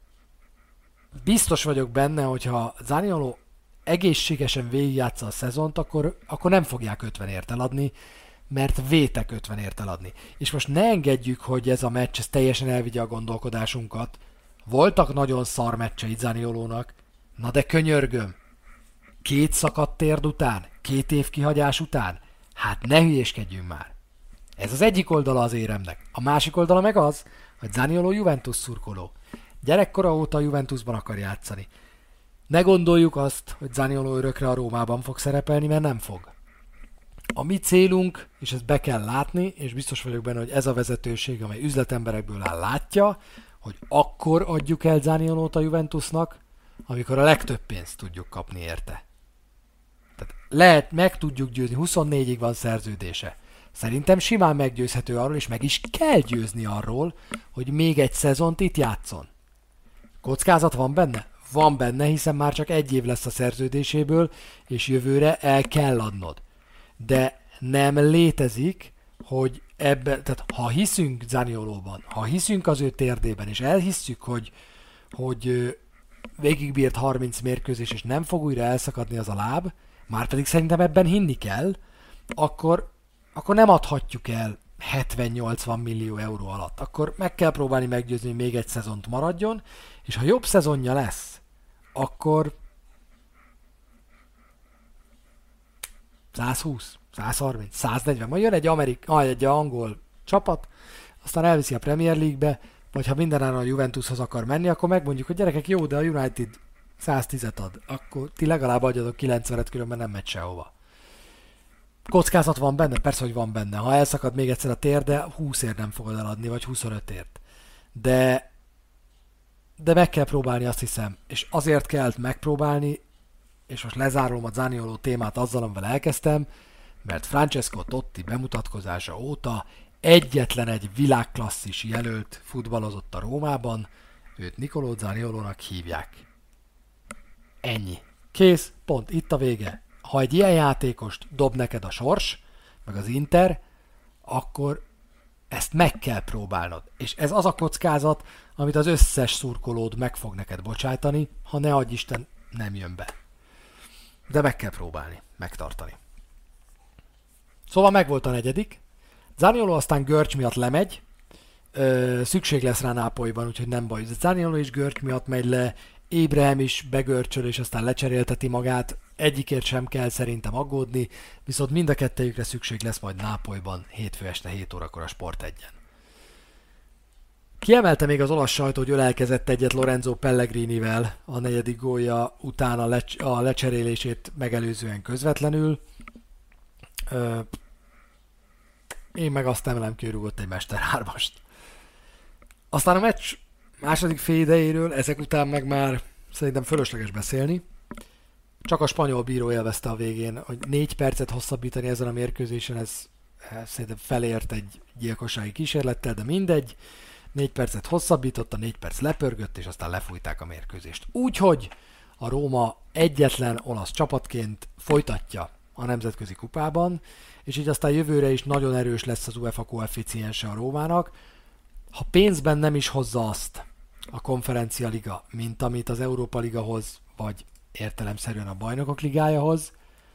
A: biztos vagyok benne, hogyha Zanioló egészségesen végigjátsza a szezont, akkor nem fogják 50-ért eladni, mert vétek 50-ért eladni. És most ne engedjük, hogy ez a meccs ez teljesen elvigye a gondolkodásunkat. Voltak nagyon szar meccsei Zaniolónak, na de könyörgöm, 2 szakadt térd után, 2 év kihagyás után, hát ne hülyéskedjünk már. Ez az egyik oldala az éremnek. A másik oldala meg az, hogy Zanioló Juventus szurkoló. Gyerekkora óta a Juventusban akar játszani. Ne gondoljuk azt, hogy Zanioló örökre a Rómában fog szerepelni, mert nem fog. A mi célunk, és ezt be kell látni, és biztos vagyok benne, hogy ez a vezetőség, amely üzletemberekből áll, látja, hogy akkor adjuk el Zaniolót a Juventusnak, amikor a legtöbb pénzt tudjuk kapni érte. Tehát meg tudjuk győzni, 24-ig van szerződése. Szerintem simán meggyőzhető arról, és meg is kell győzni arról, hogy még egy szezont itt játszon. Kockázat van benne? Van benne, hiszen már csak egy év lesz a szerződéséből, és jövőre el kell adnod. De nem létezik, hogy ebben, tehát ha hiszünk Zaniolóban, ha hiszünk az ő térdében, és elhisszük, hogy végigbírt 30 mérkőzés, és nem fog újra elszakadni az a láb, már pedig szerintem ebben hinni kell, akkor nem adhatjuk el 70-80 millió euró alatt. Akkor meg kell próbálni meggyőzni, hogy még egy szezont maradjon, és ha jobb szezonja lesz, akkor 120, 130, 140, majd jön egy angol csapat, aztán elviszi a Premier League-be, vagy ha mindenáron a Juventushoz akar menni, akkor megmondjuk, hogy gyerekek, jó, de a United 110-et ad, akkor ti legalább adjatok 90-et, különben nem megy sehova. Kockázat van benne? Persze, hogy van benne. Ha elszakad még egyszer a térde, 20-ért nem fogod eladni, vagy 25-ért. De meg kell próbálni, azt hiszem. És azért kell megpróbálni, és most lezárom a Zanioló témát azzal, amivel elkezdtem, mert Francesco Totti bemutatkozása óta egyetlen egy világklasszis jelölt futballozott a Rómában, őt Niccolò Zaniolónak hívják. Ennyi. Kész, pont, itt a vége. Ha egy ilyen játékost dob neked a sors, meg az Inter, akkor ezt meg kell próbálnod. És ez az a kockázat, amit az összes szurkolód meg fog neked bocsájtani, ha ne adj Isten nem jön be. De meg kell próbálni, megtartani. Szóval megvolt a negyedik. Zanioló aztán görcs miatt lemegy, szükség lesz rá Nápolyban, úgyhogy nem baj. Zanioló is görcs miatt megy le, Ébrahim is begörcsöl, és aztán lecserélteti magát. Egyikért sem kell szerintem aggódni, viszont mind a kettejükre szükség lesz majd Nápolyban hétfő este 7 órakor a Sport 1-en. Kiemelte még az olasz sajtó, hogy ölelkezett egyet Lorenzo Pellegrinivel a negyedik gólja után a lecserélését megelőzően közvetlenül. Én meg azt emelem ki, hogy rúgott egy mesterhármast. Aztán a meccs második fél idejéről, ezek után meg már szerintem fölösleges beszélni. Csak a spanyol bíró élvezte a végén, hogy 4 percet hosszabbítani ezen a mérkőzésen, ez szerintem felért egy gyilkossági kísérlettel, de mindegy. 4 percet hosszabbította, 4 perc lepörgött, és aztán lefújták a mérkőzést. Úgyhogy a Róma egyetlen olasz csapatként folytatja a nemzetközi kupában, és így aztán jövőre is nagyon erős lesz az UEFA koeficiense a Rómának. Ha pénzben nem is hozza azt a Konferencia Liga, mint amit az Európa Liga hoz, vagy értelemszerűen a Bajnokok Ligája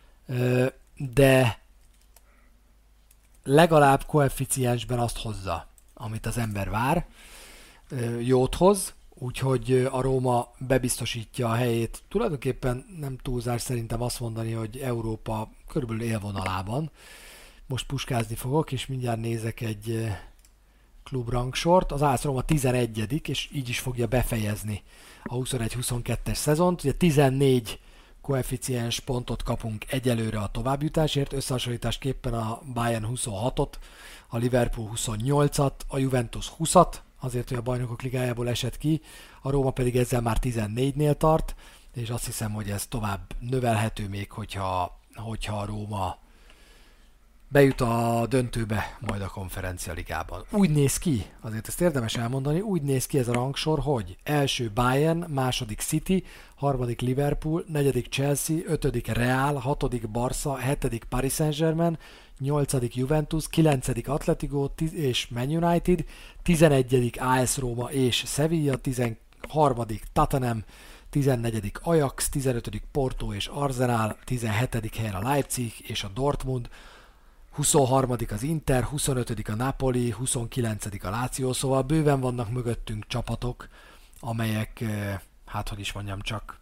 A: de legalább koeficiensben azt hozza, amit az ember vár, jót hoz, úgyhogy a Róma bebiztosítja a helyét. Tulajdonképpen nem túlzás szerintem azt mondani, hogy Európa körülbelül élvonalában. Most puskázni fogok, és mindjárt nézek egy klubrangsort. Az AS Róma 11. és így is fogja befejezni a 21-22-es szezont. Ugye 14 koeficiens pontot kapunk egyelőre a továbbjutásért, összehasonlításképpen a Bayern 26-ot, a Liverpool 28-at, a Juventus 20-at, azért, hogy a Bajnokok Ligájából esett ki, a Róma pedig ezzel már 14-nél tart, és azt hiszem, hogy ez tovább növelhető még, hogyha a Róma bejut a döntőbe majd a Konferencia Ligában. Úgy néz ki, azért ezt érdemes elmondani, úgy néz ki ez a rangsor, hogy első Bayern, második City, harmadik Liverpool, negyedik Chelsea, ötödik Real, hatodik Barca, hetedik Paris Saint-Germain, nyolcadik Juventus, kilencedik Atletico és Man United, 11. AS Róma és Sevilla, 13. Tottenham, 14. Ajax, 15. Porto és Arsenal, 17. helyen a Leipzig és a Dortmund, 23. az Inter, 25. a Napoli, 29. a Lazio, szóval bőven vannak mögöttünk csapatok, amelyek, hát hogy is mondjam, csak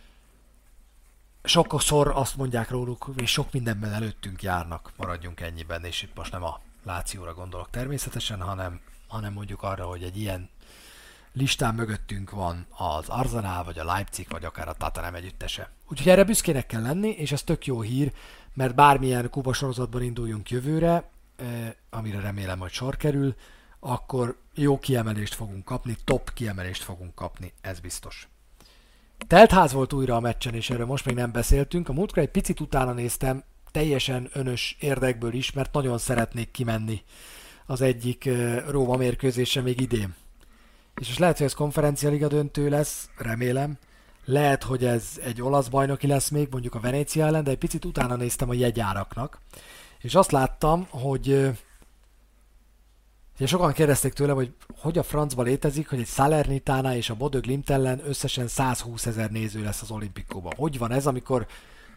A: sokszor azt mondják róluk, és sok mindenben előttünk járnak, maradjunk ennyiben, és itt most nem a Lációra gondolok természetesen, hanem mondjuk arra, hogy egy ilyen listán mögöttünk van az Arsenal, vagy a Leipzig, vagy akár a Tottenham együttese. Úgyhogy erre büszkének kell lenni, és ez tök jó hír, mert bármilyen kupasorozatban induljunk jövőre, amire remélem, hogy sor kerül, akkor jó kiemelést fogunk kapni, top kiemelést fogunk kapni, ez biztos. Teltház volt újra a meccsen, és erről most még nem beszéltünk. A múltkor egy picit utána néztem, teljesen önös érdekből is, mert nagyon szeretnék kimenni az egyik Róma mérkőzésre még idén. És most lehet, hogy ez konferencialiga döntő lesz, remélem. Lehet, hogy ez egy olasz bajnoki lesz még, mondjuk a Venezia ellen, de egy picit utána néztem a jegyáraknak. És azt láttam, hogy sokan kérdezték tőlem, hogy a francba létezik, hogy egy Salernitana és a Bodø Glimt ellen összesen 120 000 néző lesz az olimpikóban. Hogy van ez, amikor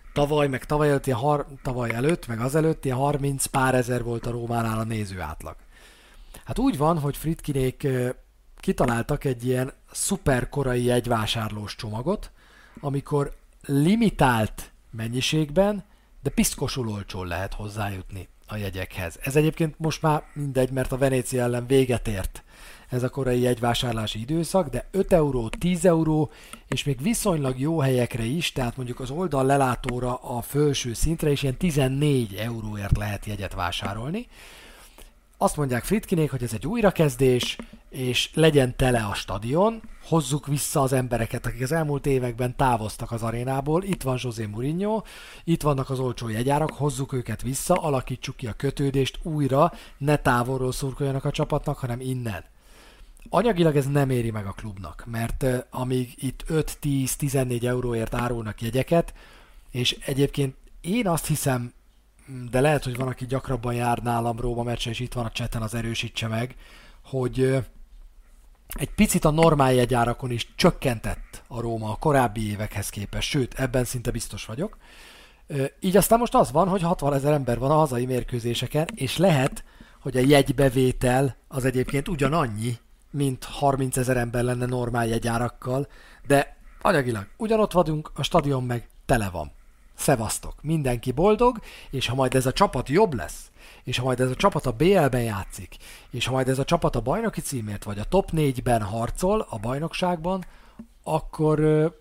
A: tavaly előtt, meg azelőtt ilyen 30 pár ezer volt a Rómánál a néző átlag. Hát úgy van, hogy Friedkinék kitaláltak egy ilyen szuper korai jegyvásárlós csomagot, amikor limitált mennyiségben, de piszkosul olcsón lehet hozzájutni a jegyekhez. Ez egyébként most már mindegy, mert a Venezia ellen véget ért ez a korai jegyvásárlási időszak, de 5 euró, 10 euró, és még viszonylag jó helyekre is, tehát mondjuk az oldal lelátóra a felső szintre is ilyen 14 euróért lehet jegyet vásárolni. Azt mondják Friedkinék, hogy ez egy újrakezdés, és legyen tele a stadion, hozzuk vissza az embereket, akik az elmúlt években távoztak az arénából, itt van José Mourinho, itt vannak az olcsó jegyárak, hozzuk őket vissza, alakítsuk ki a kötődést újra, ne távolról szurkoljanak a csapatnak, hanem innen. Anyagilag ez nem éri meg a klubnak, mert amíg itt 5-10-14 euróért árulnak jegyeket, és egyébként én azt hiszem, de lehet, hogy van, aki gyakrabban jár nálam Róma meccse, és itt van a chaten, az erősítse meg, hogy egy picit a normál jegyárakon is csökkentett a Róma a korábbi évekhez képest, sőt, ebben szinte biztos vagyok. Így aztán most az van, hogy 60 000 ember van a hazai mérkőzéseken, és lehet, hogy a jegybevétel az egyébként ugyanannyi, mint 30 000 ember lenne normál jegyárakkal, de anyagilag ugyanott vagyunk, a stadion meg tele van. Szevasztok, mindenki boldog, és ha majd ez a csapat jobb lesz, és ha majd ez a csapat a BL-ben játszik, és ha majd ez a csapat a bajnoki címért, vagy a top 4-ben harcol a bajnokságban, akkor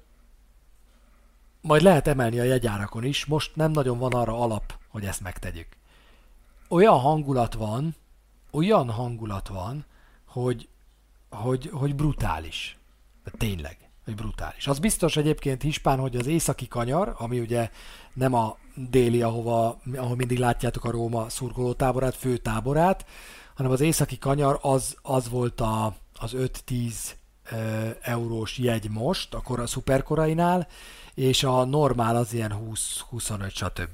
A: majd lehet emelni a jegyárakon is, most nem nagyon van arra alap, hogy ezt megtegyük. Olyan hangulat van, hogy brutális. De tényleg, hogy brutális. Az biztos egyébként Hispán, hogy az északi kanyar, ami ugye nem a déli, ahol mindig látjátok a Róma szurkolótáborát, főtáborát, hanem az északi kanyar az volt az 5-10 eurós jegy most, akkor a szuperkorainál, és a normál az ilyen 20-25 stb.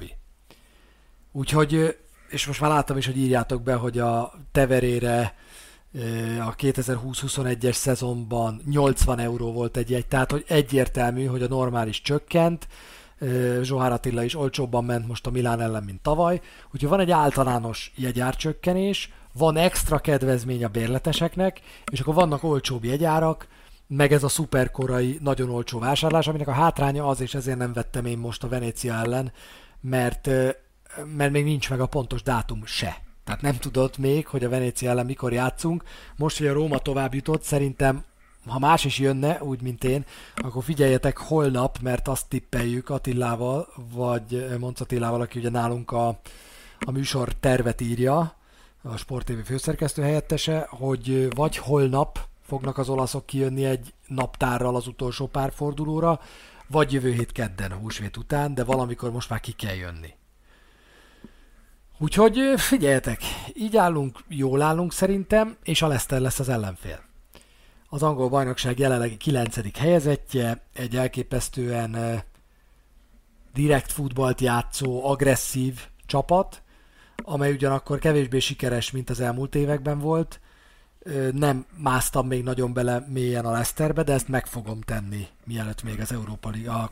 A: Úgyhogy, és most már láttam is, hogy írjátok be, hogy a Teverére a 2020-21-es szezonban 80 euró volt egy jegy, tehát hogy egyértelmű, hogy a normális csökkent, Zsohár Attila is olcsóbban ment most a Milán ellen, mint tavaly, úgyhogy van egy általános jegyárcsökkenés, van extra kedvezmény a bérleteseknek, és akkor vannak olcsóbb jegyárak, meg ez a szuperkorai, nagyon olcsó vásárlás, aminek a hátránya az, és ezért nem vettem én most a Venezia ellen, mert még nincs meg a pontos dátum se. Tehát nem tudod még, hogy a Venezia ellen mikor játszunk. Most, hogy a Róma tovább jutott, szerintem, ha más is jönne, úgy, mint én, akkor figyeljetek holnap, mert azt tippeljük Attilával, vagy Monc Attilával, aki ugye nálunk a műsor tervet írja, a Sport TV főszerkesztő helyettese, hogy vagy holnap fognak az olaszok kijönni egy naptárral az utolsó pár fordulóra, vagy jövő hét kedden, húsvét után, de valamikor most már ki kell jönni. Úgyhogy figyeljetek, így állunk, jól állunk szerintem, és a Leicester lesz az ellenfél. Az angol bajnokság jelenlegi 9. helyezettje, egy elképesztően direkt futballt játszó, agresszív csapat, amely ugyanakkor kevésbé sikeres, mint az elmúlt években volt. Nem másztam még nagyon bele mélyen a Leicesterbe, de ezt meg fogom tenni, mielőtt még az Európa Liga, a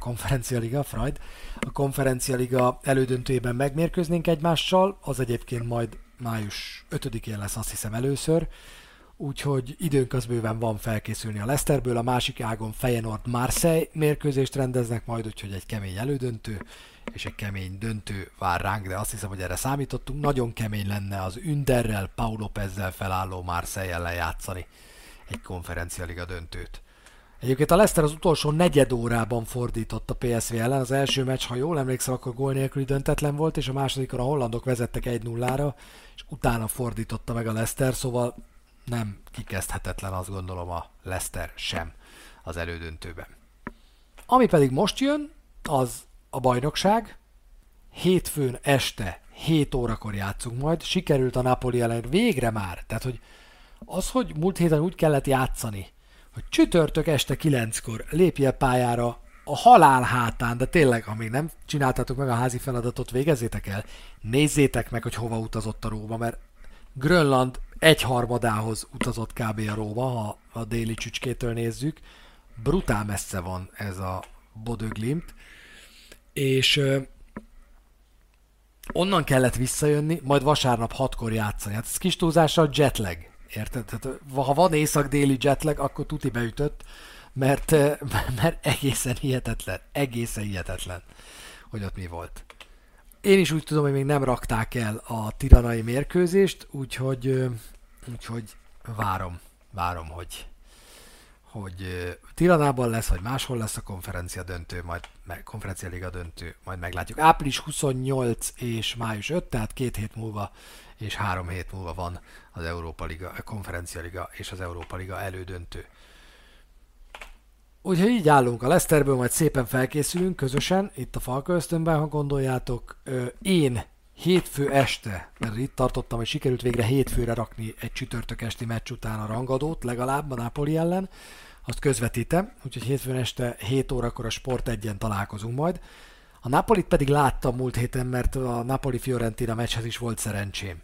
A: Konferencia Liga elődöntőjében megmérkőznénk egymással, az egyébként majd május 5-én lesz, azt hiszem, először, úgyhogy időnközben van felkészülni a Leicesterből, a másik ágon Feyenoord-Marseille mérkőzést rendeznek majd, úgyhogy egy kemény elődöntő és egy kemény döntő vár ránk, de azt hiszem, hogy erre számítottunk. Nagyon kemény lenne az Ünderrel, Pau Lópezzel felálló Marseille ellen játszani egy konferencialiga döntőt. Egyébként a Leicester az utolsó negyed órában fordított a PSV ellen. Az első meccs, ha jól emlékszem, akkor gól nélküli döntetlen volt, és a másodikon a hollandok vezettek 1-0-ra, és utána fordította meg a Leicester, szóval nem kikezdhetetlen, azt gondolom, a Leicester sem az elődöntőben. Ami pedig most jön, az a bajnokság, hétfőn este 7 órakor játszunk majd, sikerült a Napoli ellen végre már. Tehát, hogy múlt héten úgy kellett játszani, hogy csütörtök este 9-kor lépjél pályára a halál hátán, de tényleg, amíg nem csináltátok meg a házi feladatot, végezzétek el, nézzétek meg, hogy hova utazott a Róma, mert Grönland 1/3 utazott kb. A Róma, ha a déli csücskétől nézzük. Brutál messze van ez a Bodø Glimt, és onnan kellett visszajönni, majd vasárnap 6-kor játszani. Hát ez kis túlzással jetlag, érted? Tehát, ha van észak-déli jetlag, akkor tuti beütött, mert egészen hihetetlen, hogy ott mi volt. Én is úgy tudom, hogy még nem rakták el a tiranai mérkőzést, úgyhogy várom, hogy Tiranában lesz, vagy máshol lesz a konferencia liga döntő, majd meglátjuk. Április 28 és május 5, tehát 2 hét múlva és 3 hét múlva van az Európa Liga, a konferencia liga és az Európa Liga elődöntő. Úgyhogy így állunk. A Leicesterből majd szépen felkészülünk közösen, itt a Falka Ösztönben, ha gondoljátok. Én hétfő este, mert itt tartottam, hogy sikerült végre hétfőre rakni egy csütörtök esti meccs után a rangadót, legalább a Napoli ellen, azt közvetítem, úgyhogy hétfőn este 7 órakor a Sport 1-en találkozunk majd. A Napolit pedig láttam múlt héten, mert a Napoli-Fiorentina meccshez is volt szerencsém.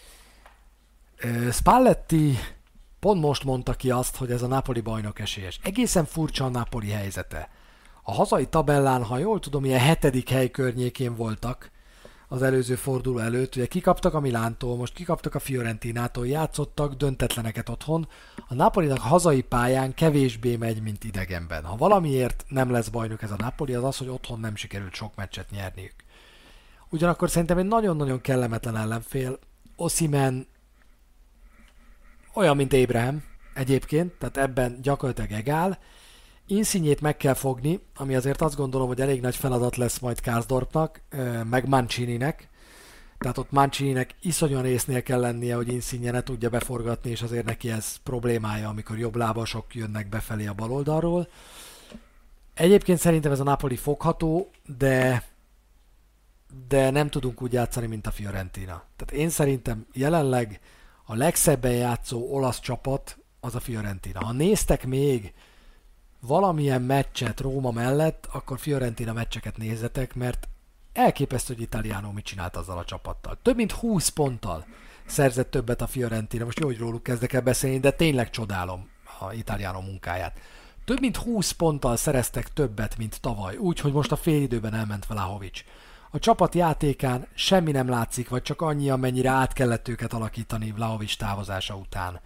A: Spalletti pont most mondta ki azt, hogy ez a Napoli bajnok esélyes. Egészen furcsa a Napoli helyzete. A hazai tabellán, ha jól tudom, ilyen 7. hely környékén voltak az előző forduló előtt. Ugye kikaptak a Milántól, most kikaptak a Fiorentinától, játszottak döntetleneket otthon. A Napolinak hazai pályán kevésbé megy, mint idegenben. Ha valamiért nem lesz bajnok ez a Napoli, az az, hogy otthon nem sikerült sok meccset nyerniük. Ugyanakkor szerintem egy nagyon-nagyon kellemetlen ellenfél. Osimhen olyan, mint Abraham egyébként, tehát ebben gyakorlatilag egál. Insignyét meg kell fogni, ami azért azt gondolom, hogy elég nagy feladat lesz majd Karsdorpnak, meg Mancininek. Tehát ott Mancininek iszonyan észnél kell lennie, hogy Insigne ne tudja beforgatni, és azért neki ez problémája, amikor jobb lábasok jönnek befelé a bal oldalról. Egyébként szerintem ez a Napoli fogható, de nem tudunk úgy játszani, mint a Fiorentina. Tehát én szerintem jelenleg a legszebben játszó olasz csapat az a Fiorentina. Ha néztek még valamilyen meccset Róma mellett, akkor Fiorentina meccseket nézzetek, mert elképesztő, hogy Italiano mit csinált azzal a csapattal. Több mint 20 ponttal szerzett többet a Fiorentina. Most jó, hogy róluk kezdek el beszélni, de tényleg csodálom a Italiano munkáját. Több mint 20 ponttal szereztek többet, mint tavaly, úgyhogy most a félidőben elment Vlahovic. A csapat játékán semmi nem látszik, vagy csak annyi, amennyire át kellett őket alakítani Vlahovic távozása után.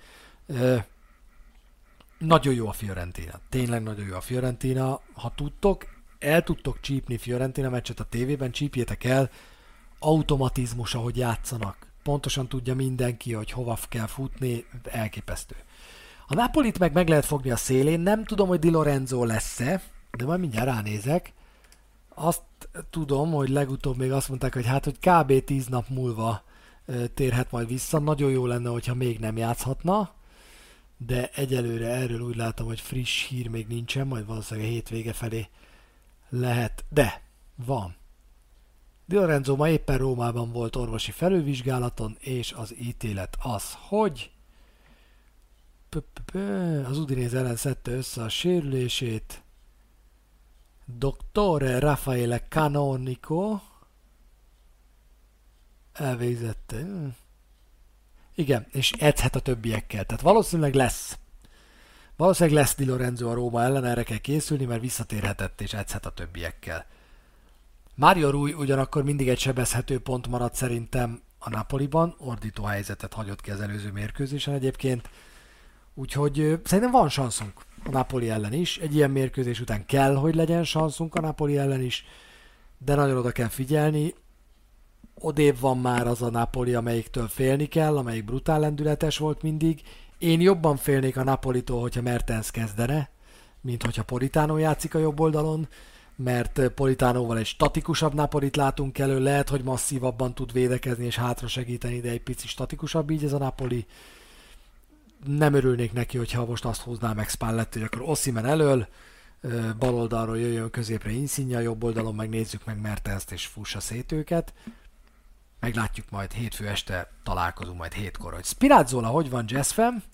A: Nagyon jó a Fiorentina. Tényleg nagyon jó a Fiorentina. Ha tudtok, el tudtok csípni Fiorentina meccset a tévében, csípjétek el. Automatizmus, ahogy játszanak. Pontosan tudja mindenki, hogy hova kell futni. Elképesztő. A Napolit meg lehet fogni a szélén. Nem tudom, hogy Di Lorenzo lesz-e, de majd mindjárt ránézek. Azt tudom, hogy legutóbb még azt mondták, hogy hát, hogy kb. 10 nap múlva térhet majd vissza. Nagyon jó lenne, hogyha még nem játszhatna, de egyelőre erről úgy látom, hogy friss hír még nincsen, majd valószínűleg a hétvége felé lehet. De van. Di Lorenzo ma éppen Rómában volt orvosi felülvizsgálaton, és az ítélet az, hogy az Udinese ellen szedte össze a sérülését. Dottore Raffaele Canonico elvégzette. Igen, és edzhet a többiekkel. Tehát valószínűleg lesz. Valószínűleg lesz Di Lorenzo a Róma ellen, erre kell készülni, mert visszatérhetett és edzhet a többiekkel. Mario Rui ugyanakkor mindig egy sebezhető pont maradt szerintem a Napoliban. Ordító helyzetet hagyott ki az előző mérkőzésen egyébként. Úgyhogy szerintem van sanszunk a Napoli ellen is. Egy ilyen mérkőzés után kell, hogy legyen sanszunk a Napoli ellen is, de nagyon oda kell figyelni. Odébb van már az a Napoli, amelyiktől félni kell, amelyik brutál lendületes volt mindig. Én jobban félnék a Napolitól, hogyha Mertens kezdene, mint hogyha Politano játszik a jobb oldalon, mert Politánóval egy statikusabb Napolit látunk elő, lehet, hogy masszívabban tud védekezni és hátra segíteni, de egy pici statikusabb így ez a Napoli. Nem örülnék neki, hogyha most azt húzná meg Spalletti, hogy akkor Osimhen elől, bal oldalról jöjjön középre Insigne, jobb oldalon meg nézzük meg Mertenszt és fussa szét őket. Meglátjuk majd hétfő este, találkozunk majd 7-kor, hogy Spinazzola hogy van, Jazzfam?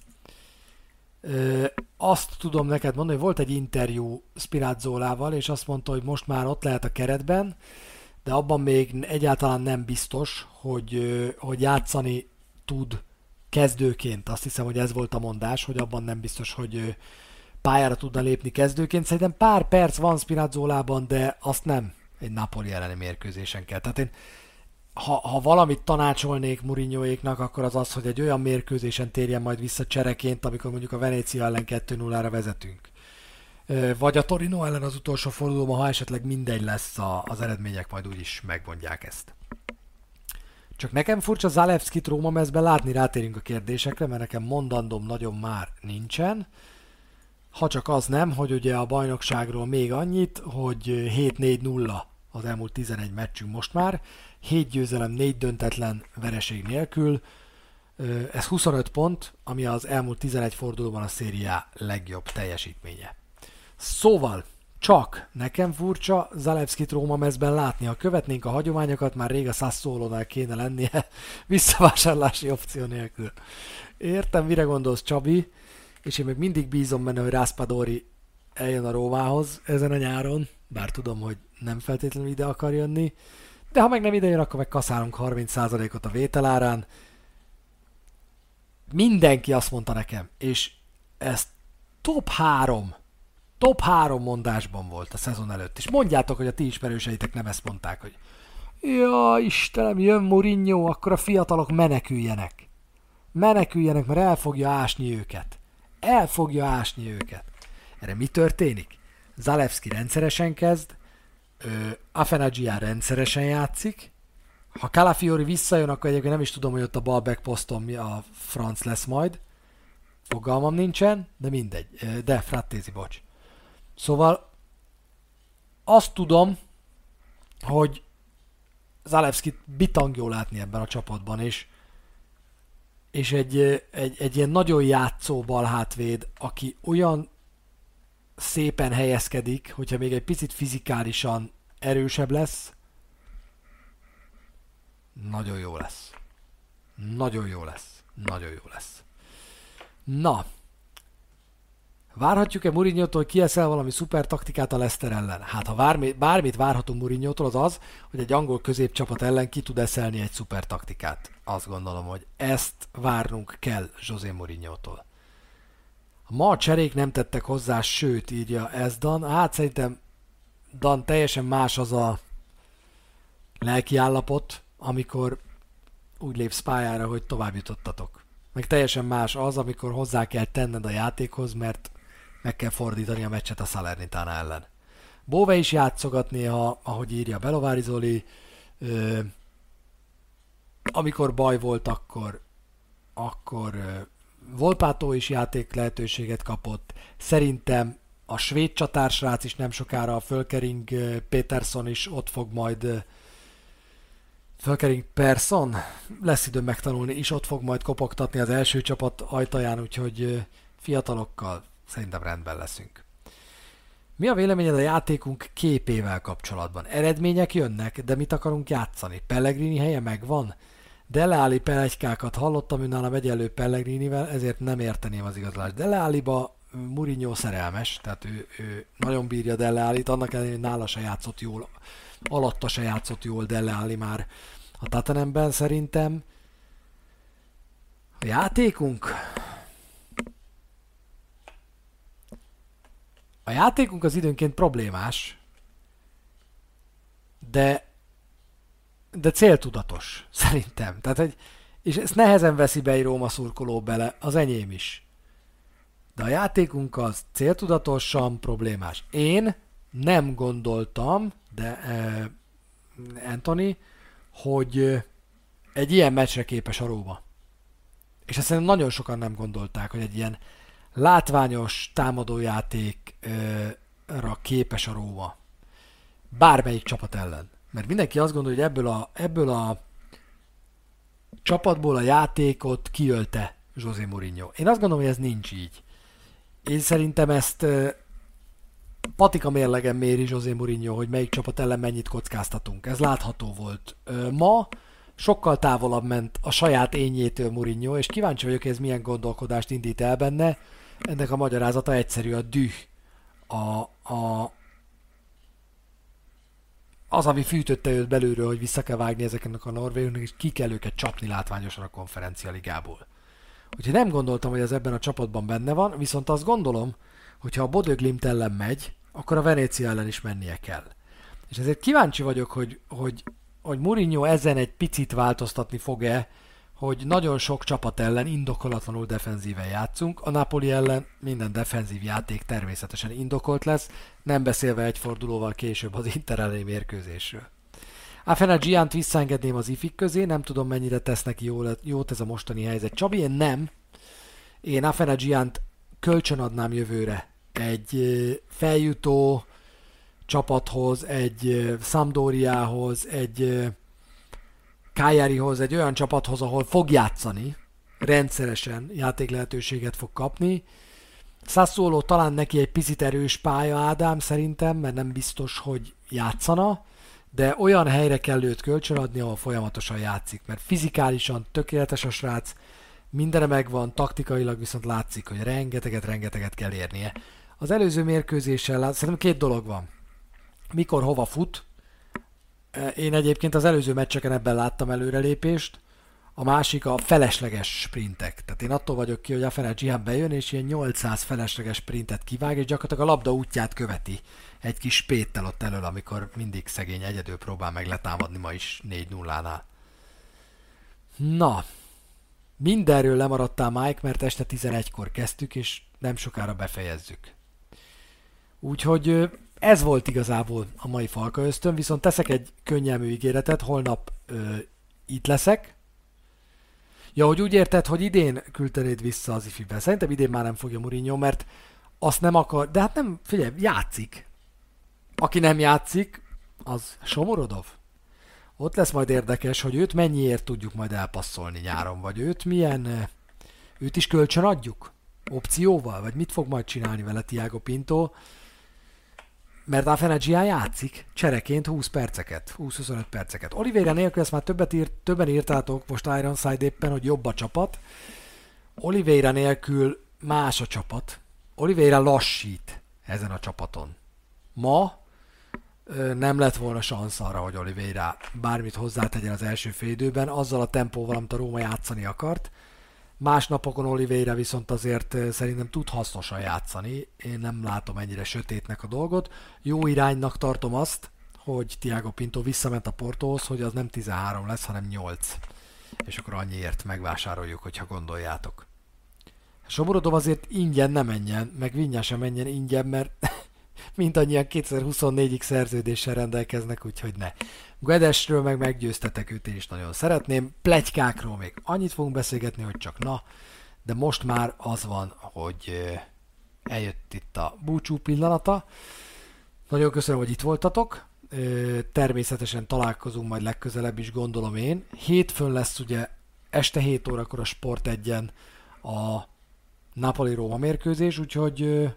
A: Azt tudom neked mondani, hogy volt egy interjú Spinazzolával, és azt mondta, hogy most már ott lehet a keretben, de abban még egyáltalán nem biztos, hogy játszani tud kezdőként. Azt hiszem, hogy ez volt a mondás, hogy abban nem biztos, hogy pályára tudna lépni kezdőként. Szerintem pár perc van Spinazzolában, de azt nem egy Napoli elleni mérkőzésen kell. Tehát én, ha valamit tanácsolnék Mourinhoéknak, akkor az az, hogy egy olyan mérkőzésen térjen majd vissza csereként, amikor mondjuk a Venezia ellen 2-0-ra vezetünk. Vagy a Torino ellen az utolsó fordulóban, ha esetleg mindegy lesz, az eredmények majd úgyis megmondják ezt. Csak nekem furcsa Zalewskit Róma mezben látni, rátérünk a kérdésekre, mert nekem mondandóm nagyon már nincsen. Ha csak az nem, hogy ugye a bajnokságról még annyit, hogy 7-4-0 az elmúlt 11 meccsünk most már, 7 győzelem, 4 döntetlen vereség nélkül, ez 25 pont, ami az elmúlt 11 fordulóban a szériá legjobb teljesítménye. Szóval csak nekem furcsa Zalewskit Róma mezben látni. Ha követnénk a hagyományokat, már rég a Sassuolónál kéne lennie visszavásárlási opció nélkül. Értem, mire gondolsz, Csabi, és én még mindig bízom benne, hogy Raspadori eljön a Rómához ezen a nyáron, bár tudom, hogy nem feltétlenül ide akar jönni, de ha meg nem ide jön, akkor meg kaszálunk 30%-ot a vételárán. Mindenki azt mondta nekem, és ez top 3 mondásban volt a szezon előtt. És mondjátok, hogy a ti ismerőseitek nem ezt mondták, hogy ja, Istenem, jön Mourinho, akkor a fiatalok meneküljenek. Meneküljenek, mert el fogja ásni őket. Erre mi történik? Zalewski rendszeresen kezd, Afenagia rendszeresen játszik. Ha Calafiori visszajön, akkor egyébként nem is tudom, hogy ott a bal back poszton mi a franc lesz majd. Fogalmam nincsen, de mindegy. De Frattesi, bocs. Szóval azt tudom, hogy Zalewskit bitang jól látni ebben a csapatban, és egy ilyen nagyon játszó balhátvéd, aki olyan szépen helyezkedik, hogyha még egy picit fizikálisan erősebb lesz, nagyon jó lesz. Na, várhatjuk-e Mourinho-tól, hogy kieszel valami szuper taktikát a Leicester ellen? Hát ha bármit várhatunk Mourinho-tól, az az, hogy egy angol középcsapat ellen ki tud eszelni egy szuper taktikát. Azt gondolom, hogy ezt várnunk kell José Mourinho-tól. Ma a cserék nem tettek hozzá, sőt, írja ez Dan. Hát szerintem Dan teljesen más az a lelkiállapot, amikor úgy lépsz pályára, hogy tovább jutottatok. Meg teljesen más az, amikor hozzá kell tenned a játékhoz, mert meg kell fordítani a meccset a Salernitana ellen. Bove is játszogat néha, ahogy írja Belovári Zoli. Amikor baj volt, akkor Volpato is játék lehetőséget kapott. Szerintem a svéd csatársrác is nem sokára, a Fölkering Peterson is ott fog majd Fölkering Persson, lesz időm megtanulni, is ott fog majd kopogtatni az első csapat ajtaján, úgyhogy fiatalokkal szerintem rendben leszünk. Mi a véleményed a játékunk képével kapcsolatban? Eredmények jönnek, de mit akarunk játszani? Pellegrini helye megvan? Dele Alli peletykákat hallottam, ő nálam egyenlő Pellegrinivel, ezért nem érteném az igazolást. Dele Alliba Mourinho szerelmes, tehát ő nagyon bírja Dele Allit, annak ellenére, hogy nála se játszott jól, alatta se játszott jól Dele Alli már a Tottenhamben szerintem. A játékunk? A játékunk az időnként problémás, de céltudatos, szerintem. Tehát, és ezt nehezen veszi be egy Róma szurkoló bele, az enyém is. De a játékunk az céltudatosan problémás. Én nem gondoltam, de Anthony, hogy egy ilyen meccsre képes a Róma. És ezt szerintem nagyon sokan nem gondolták, hogy egy ilyen látványos támadójátékra képes a Róma. Bármelyik csapat ellen. Mert mindenki azt gondolja, hogy ebből a csapatból a játékot kiölte José Mourinho. Én azt gondolom, hogy ez nincs így. Én szerintem ezt patika mérlegen méri José Mourinho, hogy melyik csapat ellen mennyit kockáztatunk. Ez látható volt. Ma sokkal távolabb ment a saját ényétől Mourinho, és kíváncsi vagyok, hogy ez milyen gondolkodást indít el benne. Ennek a magyarázata egyszerű, a düh. Az, ami fűtötte őt belülről, hogy vissza kell vágni ezeknek a norvégoknak, és ki kell őket csapni látványosan a konferencia ligából. Úgyhogy nem gondoltam, hogy ez ebben a csapatban benne van, viszont azt gondolom, hogyha a Bodø Glimt ellen megy, akkor a Venécia ellen is mennie kell. És ezért kíváncsi vagyok, hogy Mourinho ezen egy picit változtatni fog-e, hogy nagyon sok csapat ellen indokolatlanul defenzíven játszunk. A Napoli ellen minden defenzív játék természetesen indokolt lesz, nem beszélve egy fordulóval később az Inter elleni mérkőzésről. Afena Giant visszaengedném az ifik közé, nem tudom mennyire tesz neki jót ez a mostani helyzet. Csabi, én nem. Én Afena Giant kölcsönadnám jövőre egy feljutó csapathoz, egy Sampdoriához, egy Cagliarihoz, egy olyan csapathoz, ahol fog játszani, rendszeresen játéklehetőséget fog kapni. Sassuolo talán neki egy picit erős pálya, Ádám, szerintem, mert nem biztos, hogy játszana, de olyan helyre kell őt kölcsönadni, ahol folyamatosan játszik, mert fizikálisan tökéletes a srác, mindene megvan, taktikailag viszont látszik, hogy rengeteget kell érnie. Az előző mérkőzéssel szerintem két dolog van. Mikor, hova fut. Én egyébként az előző meccseken ebben láttam előrelépést. A másik a felesleges sprintek. Tehát én attól vagyok ki, hogy a Ferenc Zsihán bejön, és ilyen 800 felesleges sprintet kivág, és gyakorlatilag a labda útját követi egy kis spéttel ott elől, amikor mindig szegény egyedül próbál meg letámadni, ma is 4-0-nál. Na, mindenről lemaradtál, Mike, mert este 11-kor kezdtük, és nem sokára befejezzük. Úgyhogy ez volt igazából a mai Falka Ösztön, viszont teszek egy könnyelmű ígéretet, holnap itt leszek. Ja, hogy úgy érted, hogy idén küldtenéd vissza az ifibe. Szerintem idén már nem fogja Mourinho, mert azt nem akar, de hát nem, figyelj, játszik. Aki nem játszik, az Somorodov. Ott lesz majd érdekes, hogy őt mennyiért tudjuk majd elpasszolni nyáron, vagy őt is kölcsön adjuk? Opcióval? Vagy mit fog majd csinálni vele Thiago Pinto? Mert Afenagia játszik csereként 20 perceket, 20-25 perceket. Oliveira nélkül ezt már többen írtátok most Ironside éppen, hogy jobb a csapat. Oliveira nélkül más a csapat. Oliveira lassít ezen a csapaton. Ma nem lett volna szansz arra, hogy Oliveira bármit hozzátegyen az első félidőben, azzal a tempóval, amit a Róma játszani akart. Más napokon Oliveira viszont azért szerintem tud hasznosan játszani. Én nem látom ennyire sötétnek a dolgot. Jó iránynak tartom azt, hogy Thiago Pinto visszament a Portóhoz, hogy az nem 13 lesz, hanem 8. És akkor annyiért megvásároljuk, hogyha gondoljátok. Somorodov azért ingyen ne menjen, meg Vinyá sem menjen ingyen, mert mindannyian 2024-ig szerződéssel rendelkeznek, úgyhogy ne. Guedesről meg meggyőztetek, őt én is nagyon szeretném. Pletykákról még annyit fogunk beszélgetni, hogy csak na, de most már az van, hogy eljött itt a búcsú pillanata. Nagyon köszönöm, hogy itt voltatok. Természetesen találkozunk majd legközelebb is, gondolom én. Hétfőn lesz ugye este 7 órakor a Sport 1-en a Napoli-Róma mérkőzés, úgyhogy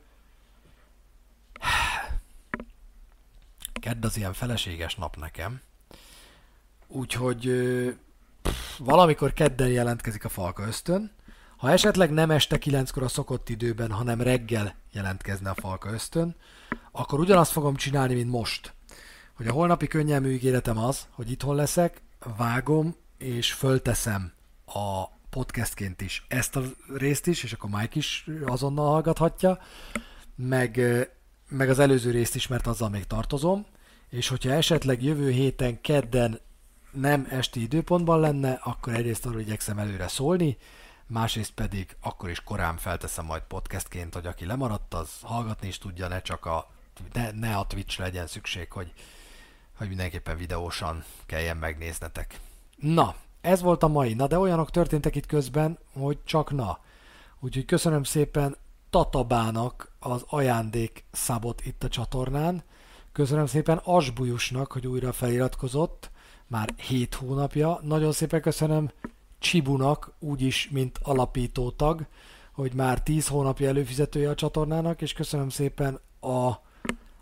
A: kedd az ilyen feleséges nap nekem. Úgyhogy valamikor kedden jelentkezik a Falka Ösztön. Ha esetleg nem este 9-kor a szokott időben, hanem reggel jelentkezne a Falka Ösztön, akkor ugyanazt fogom csinálni, mint most. Hogy a holnapi könnyelmű ígéretem az, hogy itthon leszek, vágom és fölteszem a podcastként is ezt a részt is, és akkor Mike is azonnal hallgathatja, meg az előző részt is, mert azzal még tartozom, és hogyha esetleg jövő héten kedden nem esti időpontban lenne, akkor egyrészt arról igyekszem előre szólni, másrészt pedig akkor is korán felteszem majd podcastként, hogy aki lemaradt, az hallgatni is tudja, ne a Twitch legyen szükség, hogy mindenképpen videósan kelljen megnéznetek. Na, ez volt a mai, de olyanok történtek itt közben, hogy csak na. Úgyhogy köszönöm szépen Tatabának az ajándék szabot itt a csatornán. Köszönöm szépen Asbujusnak, hogy újra feliratkozott, már 7 hónapja. Nagyon szépen köszönöm Csibunak, úgyis, mint alapító tag, hogy már 10 hónapja előfizetője a csatornának, és köszönöm szépen a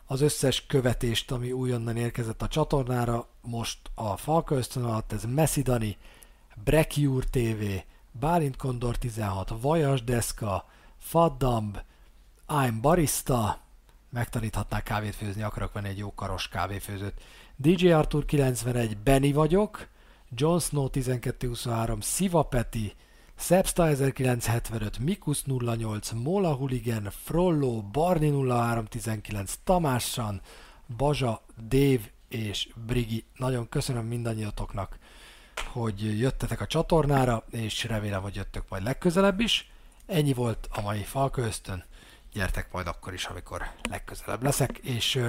A: az összes követést, ami újonnan érkezett a csatornára, most a Falka Ösztön alatt, ez Messi Dani, Brekiúr TV, Bálint Kondor 16, Vajas Deszka, Faddamb, I'm Barista, megtaníthatnák kávét főzni, akarok venni egy jó karos kávéfőzőt, DJ Artur 91, Benny vagyok, Jon Snow 1223, Sziva Peti, Szepsta 1975, Mikus 08, Mola Huligan, Frollo, Barni 0319, Tamássan, Bazsa, Dave és Brigi. Nagyon köszönöm mindannyiatoknak, hogy jöttetek a csatornára, és remélem, hogy jöttök majd legközelebb is. Ennyi volt a mai Falka Ösztön. Gyertek majd akkor is, amikor legközelebb leszek, és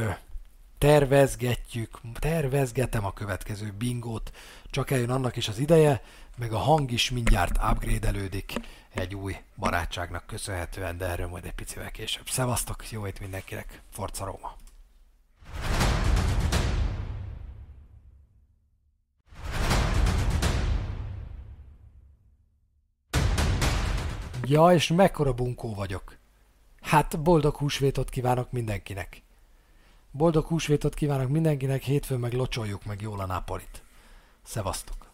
A: tervezgetem a következő bingót, csak eljön annak is az ideje, meg a hang is mindjárt upgrade-elődik egy új barátságnak köszönhetően, de erről majd egy picivel később. Szevasztok, jó hét mindenkinek, Forza Róma! Ja, és mekkora bunkó vagyok. Hát boldog húsvétot kívánok mindenkinek. Boldog húsvétot kívánok mindenkinek, hétfőn meg locsoljuk meg jól a Napolit. Szevasztok!